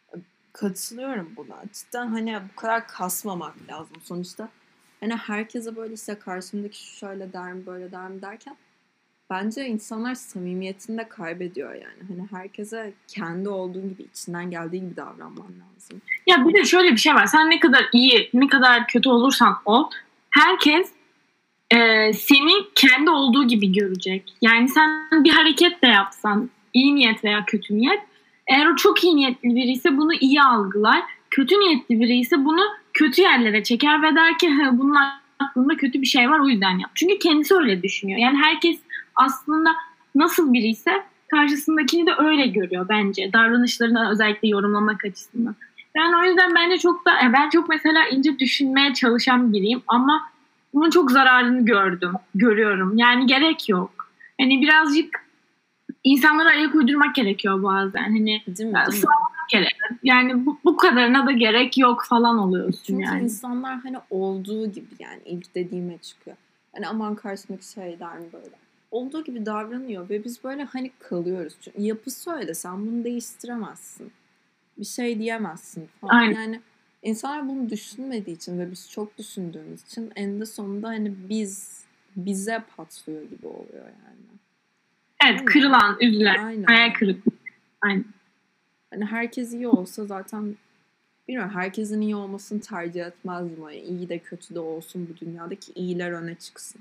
B: katılıyorum buna. Cidden hani bu kadar kasmamak lazım. Sonuçta hani herkese böyle işte karşımdaki şu şöyle der mi böyle der mi derken bence insanlar samimiyetini de kaybediyor yani. Hani herkese kendi olduğun gibi, içinden geldiği gibi davranman lazım.
A: Ya bir de şöyle bir şey var. Sen ne kadar iyi, ne kadar kötü olursan ol, herkes e, seni kendi olduğu gibi görecek. Yani sen bir hareket de yapsan, iyi niyet veya kötü niyet, eğer o çok iyi niyetli biri ise bunu iyi algılar. Kötü niyetli biri ise bunu kötü yerlere çeker ve der ki bunun aklında kötü bir şey var, o yüzden yap. Çünkü kendisi öyle düşünüyor. Yani herkes aslında nasıl biri ise karşısındakini de öyle görüyor bence. Davranışlarını özellikle yorumlamak açısından. Yani o yüzden bence çok da, ben çok mesela ince düşünmeye çalışan biriyim ama bunun çok zararını gördüm, görüyorum. Yani gerek yok. Hani birazcık insanlara ayak uydurmak gerekiyor bazen. Hani
B: değil mi, değil mi?
A: Gerek. Yani bu, bu kadarına da gerek yok falan oluyorsun.
B: Çünkü
A: yani.
B: insanlar hani olduğu gibi, yani ilk dediğime çıkıyor. Hani aman karşımdaki şey der mi böyle. Olduğu gibi davranıyor ve biz böyle hani kalıyoruz. Çünkü yapısı öyle, sen bunu değiştiremezsin. Bir şey diyemezsin falan.
A: Aynen.
B: Yani insanlar bunu düşünmediği için ve biz çok düşündüğümüz için eninde sonunda hani biz bize patlıyor gibi oluyor yani.
A: Evet, değil kırılan, mi? Üzülen,
B: aynen,
A: hayal kırıklığı. Aynen.
B: Hani herkes iyi olsa zaten, bilmiyorum, herkesin iyi olmasını tercih etmezdim. Yani iyi de kötü de olsun bu dünyadaki iyiler öne çıksın.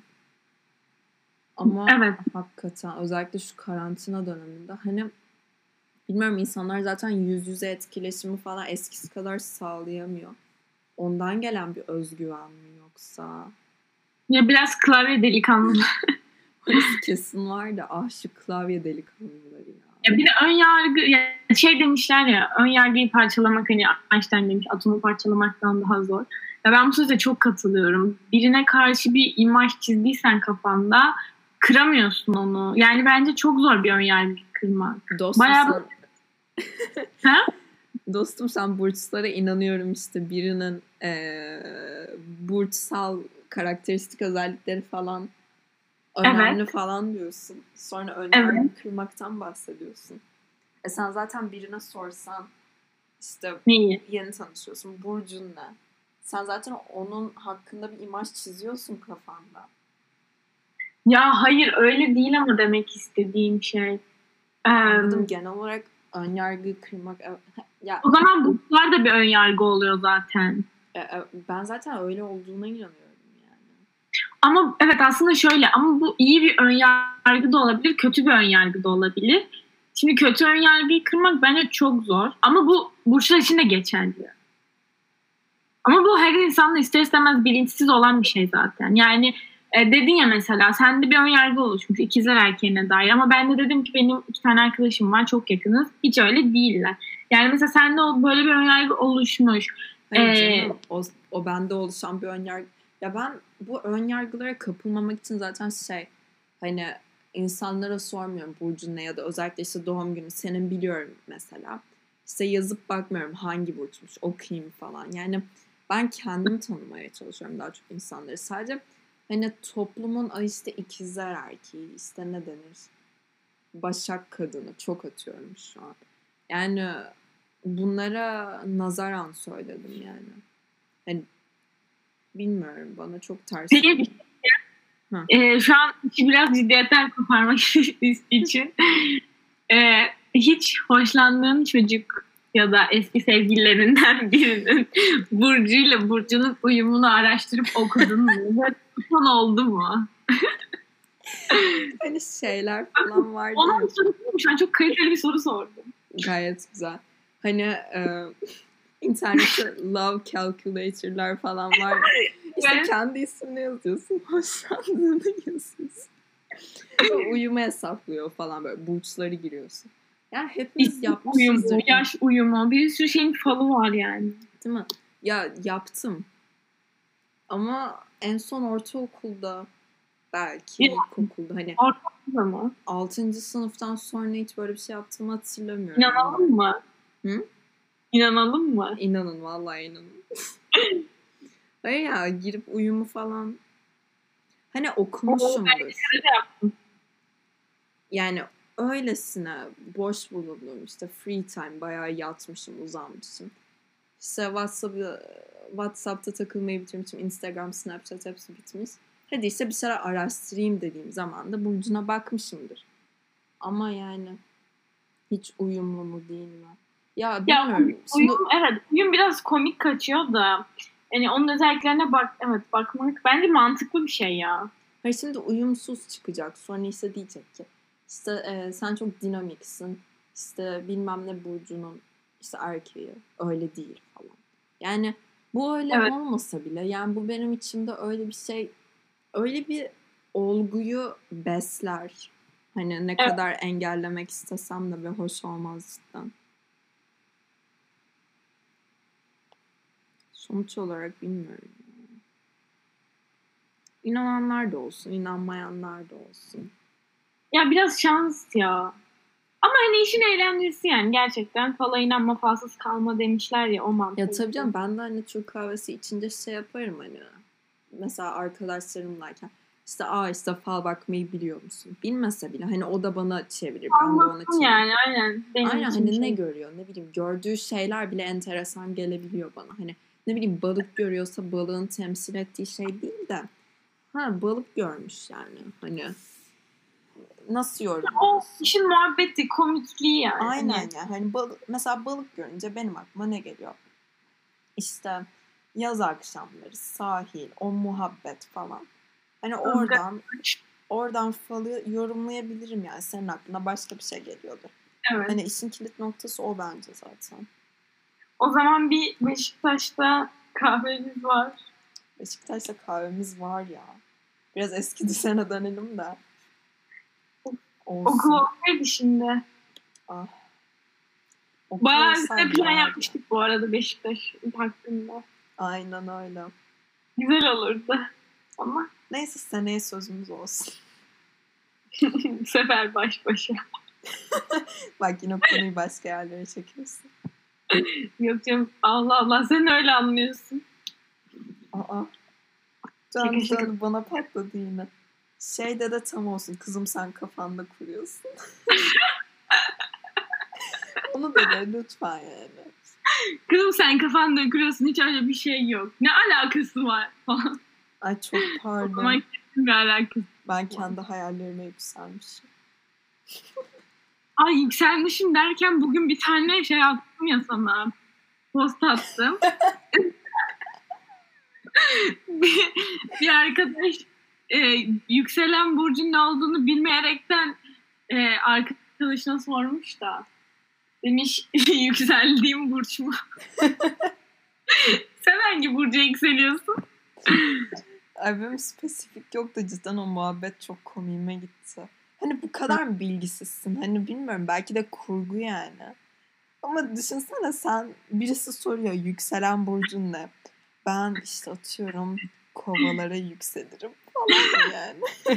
B: Ama evet, hakikaten özellikle şu karantina döneminde hani bilmiyorum, insanlar zaten yüz yüze etkileşimi falan eskisi kadar sağlayamıyor. Ondan gelen bir özgüven mi yoksa?
A: Ya biraz klavye delikanlıları.
B: Orası kesin var da ah şu klavye delikanlıları ya.
A: Ya bir de ön yargı, ya şey demişler ya, ön yargıyı parçalamak, hani Einstein demiş, atomu parçalamaktan daha zor. Ya ben bu söze çok katılıyorum. Birine karşı bir imaj çizdiysen kafanda kıramıyorsun onu. Yani bence çok zor bir ön yargı kırmak.
B: Dostum
A: Bayağı
B: sen... ha? Dostum sen burçlara inanıyorum işte birinin ee, burçsal karakteristik özellikleri falan önemli evet. falan diyorsun. Sonra ön yargı evet. kırmaktan bahsediyorsun. E sen zaten birine sorsan işte Neyi? Yeni tanışıyorsun. Burcun ne? Sen zaten onun hakkında bir imaj çiziyorsun kafanda.
A: Ya hayır öyle değil ama demek istediğim şey.
B: Anladım. Um, Genel olarak ön yargı kırmak Ya,
A: o zaman burçlar da bir ön yargı oluyor zaten.
B: E, e, ben zaten öyle olduğuna inanıyorum yani.
A: Ama evet aslında şöyle ama bu iyi bir ön yargı da olabilir, kötü bir ön yargı da olabilir. Şimdi kötü ön yargıyı kırmak bence çok zor. Ama bu burçlar için de geçerli. Ama bu her insanla ister istemez bilinçsiz olan bir şey zaten. Yani e, dedin ya mesela sende bir ön yargı oluşmuş ikizler erkeğine dair. Ama ben de dedim ki benim iki tane arkadaşım var çok yakınız. Hiç öyle değiller. Yani mesela sende o böyle bir ön yargı oluşmuş.
B: Hayır
A: ee,
B: canım o, o bende oluşan bir ön yargı. Ya ben bu ön yargılara kapılmamak için zaten şey hani insanlara sormuyorum burcun ne ya da özellikle işte doğum günü senin biliyorum mesela. İşte yazıp bakmıyorum hangi burçmuş okuyayım falan. Yani ben kendimi tanımaya çalışıyorum daha çok insanları. Sadece hani toplumun ay işte ikizler erkeği işte ne denir? Başak kadını çok atıyorum şu an. Yani bunlara nazaran söyledim yani. Yani bilmiyorum bana çok ters.
A: Peki bir şey. Ee, şu an işi biraz ciddiyetten koparmak için ee, hiç hoşlandığın çocuk ya da eski sevgililerinden birinin burcuyla burcunun uyumunu araştırıp okudun mu? Böyle tutan oldu mu?
B: Hani şeyler falan vardı.
A: Onun sorusuymuş. Ben çok kaliteli bir soru sordum.
B: Gayet güzel. Hani e, internette love calculator'lar falan var. İşte evet. Kendi ismini yazıyorsun. Hoşlandığını yazıyorsun. Uyumu hesaplıyor falan böyle. Burçları giriyorsun. Yani hepimiz yapmışızdır.
A: Uyumu, yaş uyumu. Bir sürü şeyin falı var yani.
B: Değil mi? Ya yaptım. Ama en son ortaokulda belki ya, ilkokulda hani
A: ortaokulda mı?
B: altıncı sınıftan sonra hiç böyle bir şey yaptığımı hatırlamıyorum.
A: İnanalım mı?
B: Hı?
A: İnanalım mı?
B: İnanın vallahi inanın. Hayır ya girip uyumu falan hani okumuşumdur. Yani öylesine boş bulundum işte free time bayağı yatmışım uzanmışım. İşte WhatsApp'ta, WhatsApp'ta takılmayı bitirmişim. Instagram, Snapchat hepsi bitmiş. Hadi işte bir şeyler araştırayım dediğim zaman da burcuna bakmışımdır. Ama yani hiç uyumlu mu değil mi? Ya bilmiyorum.
A: Ya, uyum, Şimdi... Evet uyum biraz komik kaçıyor da yani onun özelliklerine bak evet bakmak bence mantıklı bir şey ya.
B: Hayır şimdi uyumsuz çıkacak. Sonra ise diyecek ki işte e, sen çok dinamiksin. İşte bilmem ne burcunun işte erkeği öyle değil falan. Yani bu öyle evet. olmasa bile yani bu benim içimde öyle bir şey öyle bir olguyu besler. Hani ne evet. kadar engellemek istesem de ve hoş olmaz cidden. Sonuç olarak bilmiyorum. İnananlar da olsun, inanmayanlar da olsun.
A: Ya biraz şans ya. Ama hani işin eğlencesi yani gerçekten fala inanma falsız kalma demişler ya o mantıklı.
B: Ya tabii canım ben de hani Türk kahvesi içince şey yaparım hani. Mesela arkadaşlarımlayken işte aa işte fal bakmayı biliyor musun? Bilmese bile hani o da bana çevirir. Ben de ona çeviririm.
A: Yani aynen.
B: Benim aynen hani şey. Ne görüyor ne bileyim gördüğü şeyler bile enteresan gelebiliyor bana. Hani ne bileyim balık görüyorsa balığın temsil ettiği şey değil de ha balık görmüş yani hani nasıl yorumluyorsun?
A: O işin muhabbeti, komikliği yani.
B: Aynen yani. yani. Hani balık, mesela balık görünce benim aklıma ne geliyor? İşte yaz akşamları, sahil, o muhabbet falan. Hani oradan oradan falı yorumlayabilirim yani. Senin aklına başka bir şey geliyordu.
A: Evet.
B: Hani işin kilit noktası o bence zaten.
A: O zaman bir Beşiktaş'ta kahvemiz var.
B: Beşiktaş'ta kahvemiz var ya. Biraz eski düzene dönelim de.
A: Okul olsaydı şimdi.
B: Ah.
A: Bayağı üstüne plan yapmıştık bu arada Beşiktaş hakkında.
B: Aynen öyle.
A: Güzel olurdu. Ama
B: neyse seneye sözümüz olsun.
A: Bu sefer baş başa.
B: Bak yine konuyu başka yerlere çekiyorsun.
A: Yok canım Allah Allah sen öyle anlıyorsun.
B: Aa. Can canı bana patladı yine. Şeyde de tam olsun. Kızım sen kafanda kuruyorsun. Onu da de lütfen yani.
A: Kızım sen kafanda kuruyorsun. Hiç öyle bir şey yok. Ne alakası var falan.
B: Ay çok pardon.
A: Ama kesin bir alakası
B: ben kendi hayallerime yükselmişim.
A: Ay yükselmişim derken bugün bir tane şey attım ya sana. Post attım. bir, bir arkadaş e, yükselen burcun ne olduğunu bilmeyerekten e, arkadaşına sormuş da. Demiş yükseldiğim burç mu? Sen hangi burca yükseliyorsun?
B: Ay benim spesifik yok da cidden o muhabbet çok komiğime gitti. Hani bu kadar mı bilgisizsin? Hani bilmiyorum, belki de kurgu yani. Ama düşünsene, sen birisi soruyor yükselen burcun ne? Ben işte atıyorum kovalara yükselirim falan yani.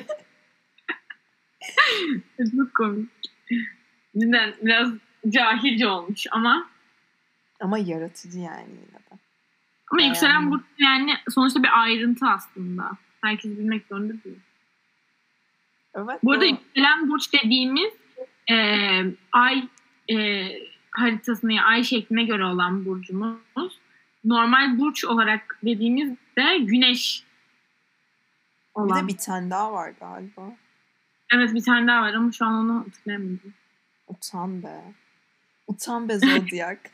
A: Çok komik. Cidden biraz cahilce olmuş ama.
B: Ama yaratıcı yani yine de.
A: Ama ee, yükselen burç yani sonuçta bir ayrıntı aslında. Herkes bilmek zorunda değil.
B: Evet.
A: Bu arada yükselen burç dediğimiz e, ay e, haritasına, ay şekline göre olan burcumuz. Normal burç olarak dediğimiz de güneş olan.
B: Bir de bir tane daha var galiba.
A: Evet, bir tane daha var ama şu an onu hatırlayamadım.
B: Utan be. Utan be Zodyak.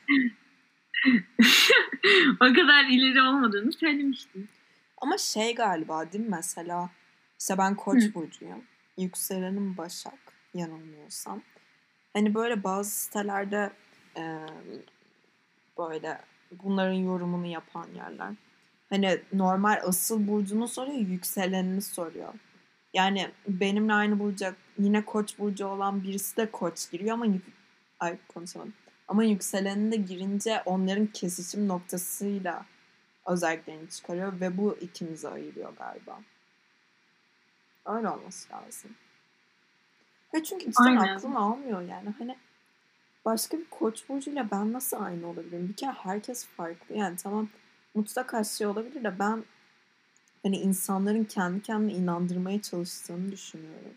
A: O kadar ileri olmadığını söylemiştim.
B: Ama şey galiba değil mi mesela? İşte ben Koç Hı. burcuyum. Yükselenim Başak, yanılmıyorsam. Hani böyle bazı sitelerde e, böyle bunların yorumunu yapan yerler. Hani normal asıl burcunu soruyor, yükselenini soruyor. Yani benimle aynı burcu, yine Koç burcu olan birisi de Koç giriyor ama yük- ay konuşamadım. Ama yükseleninde girince onların kesişim noktasıyla özelliklerini çıkarıyor ve bu ikimizi ayırıyor galiba. Öyle olması lazım. Ve çünkü cidden Aynen. aklım almıyor yani. Hani başka bir Koç burcuyla ben nasıl aynı olabilirim? Bir kere herkes farklı. Yani tamam mutlaka şey olabilir de ben hani insanların kendi kendine inandırmaya çalıştığını düşünüyorum.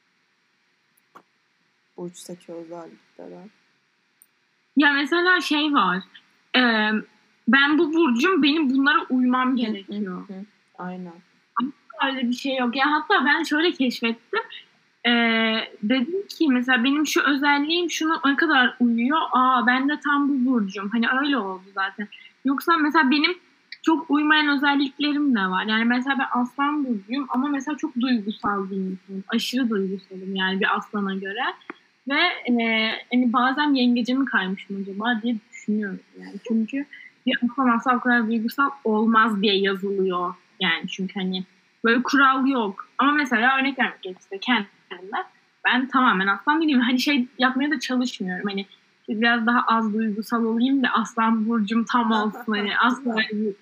B: Burçtaki özelliklere.
A: Ya mesela şey var. E, ben bu burcum, benim bunlara uymam gerekiyor.
B: Hı hı. Aynen.
A: Öyle bir şey yok. Ya hatta ben şöyle keşfettim. Ee, dedim ki mesela benim şu özelliğim şuna ne kadar uyuyor. Aa, ben de tam bu burcum. Hani öyle oldu zaten. Yoksa mesela benim çok uymayan özelliklerim de var. Yani mesela ben aslan burcuyum ama mesela çok duygusal bir insanım. Aşırı duygusalım yani bir aslana göre. Ve e, hani bazen yengece mi kaymışım acaba diye düşünüyorum yani. Çünkü bir aslan asla o kadar duygusal olmaz diye yazılıyor. Yani çünkü hani böyle kural yok. Ama mesela örnek vermek gerekirse kendimden ben tamamen aslan değilim. Hani şey yapmaya da çalışmıyorum. Hani biraz daha az duygusal olayım da aslan burcum tam olsun. Hani asla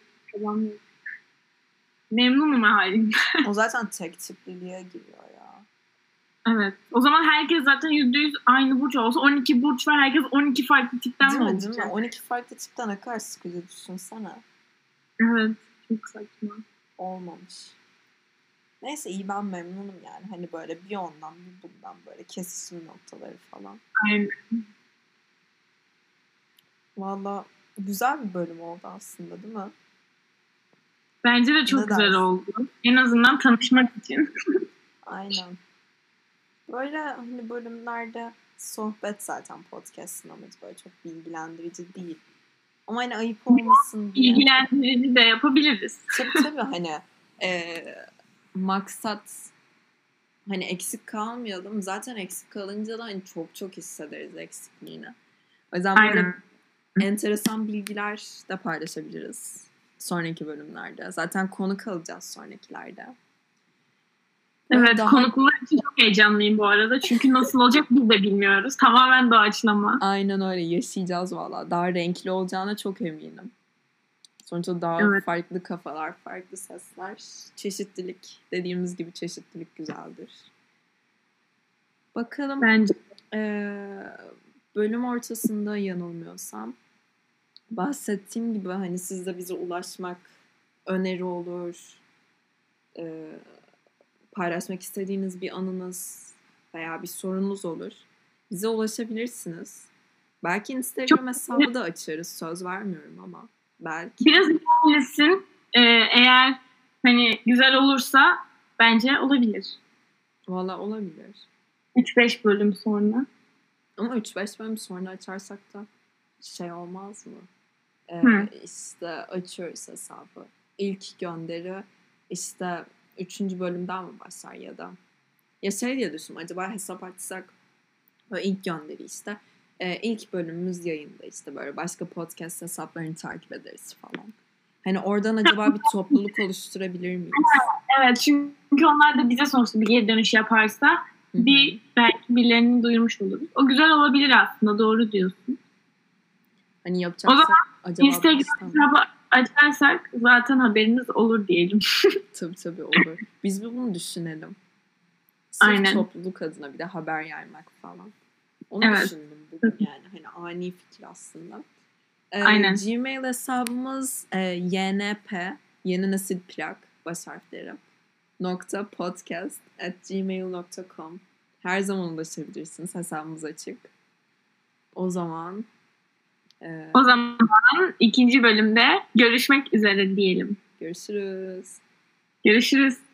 A: memnunum halimden.
B: O zaten tek tipliliğe giriyor ya.
A: Evet. O zaman herkes zaten yüzde yüz aynı burç olsa on iki burç var. Herkes on iki farklı tipten
B: değil
A: mi
B: mi,
A: olacak?
B: değil mi? on iki farklı tipten ne kadar sıkıcı, düşünsene.
A: Evet. Çok saçma.
B: Olmamış. Neyse iyi, ben memnunum yani. Hani böyle bir ondan bir bundan böyle kesişim noktaları falan.
A: Aynen.
B: Valla güzel bir bölüm oldu aslında değil mi?
A: Bence de çok ne güzel dersin? Oldu. En azından tanışmak için.
B: Aynen. Böyle hani bölümlerde sohbet zaten podcast'ın amacı, böyle çok bilgilendirici değil. Ama hani ayıp olmasın diye.
A: Bilgilendirici de yapabiliriz.
B: Tabii tabii hani e, maksat hani eksik kalmayalım. Zaten eksik kalınca da hani çok çok hissederiz eksikliğini. O yüzden böyle Aynen. enteresan bilgiler de paylaşabiliriz sonraki bölümlerde. Zaten konuk alacağız sonrakilerde.
A: Evet, daha... konuklar için çok heyecanlıyım bu arada. Çünkü nasıl olacak biz de bilmiyoruz. Tamamen doğaçlama.
B: Aynen öyle, yaşayacağız valla. Daha renkli olacağına çok eminim. Sonuçta daha evet. farklı kafalar, farklı sesler. Çeşitlilik, dediğimiz gibi çeşitlilik güzeldir. Bakalım.
A: Bence.
B: Ee, bölüm ortasında yanılmıyorsam bahsettiğim gibi hani siz de bize ulaşmak, öneri olur, e, paylaşmak istediğiniz bir anınız veya bir sorunuz olur. Bize ulaşabilirsiniz. Belki Instagram Çok hesabı da açarız. Söz vermiyorum ama belki.
A: Biraz ilerlesin. Ee, eğer hani güzel olursa bence olabilir.
B: Valla olabilir.
A: üç beş bölüm sonra.
B: Ama üç beş bölüm sonra açarsak da şey olmaz mı? Ee, işte açıyoruz hesabı. İlk gönderi işte üçüncü bölümden mi başlar ya da ya şey diye düşündüm, acaba hesap açsak böyle ilk gönderi işte e, ilk bölümümüz yayında işte böyle başka podcast hesaplarını takip ederiz falan. Hani oradan acaba bir topluluk oluşturabilir miyiz?
A: Evet, çünkü onlar da bize sonuçta bir geri dönüş yaparsa Hı-hı. bir belki birilerini duyurmuş oluruz. O güzel olabilir aslında, doğru diyorsun.
B: Hani yapacaksak
A: o zaman
B: acaba
A: Instagram hesabı açarsak zaten haberiniz olur diyelim.
B: Tabii tabii olur. Biz bir bunu düşünelim. Sırf Aynen. topluluk adına bir de haber yaymak falan. Onu evet. düşündüm bugün yani. Hani ani fikir aslında. Ee, Aynen. Gmail hesabımız e, Y N P Yeni Nesil Plak baş harfleri nokta podcast at gmail nokta com. Her zaman ulaşabilirsiniz. Hesabımız açık. O zaman
A: e... o zaman ikinci bölümde görüşmek üzere diyelim.
B: Görüşürüz.
A: Görüşürüz.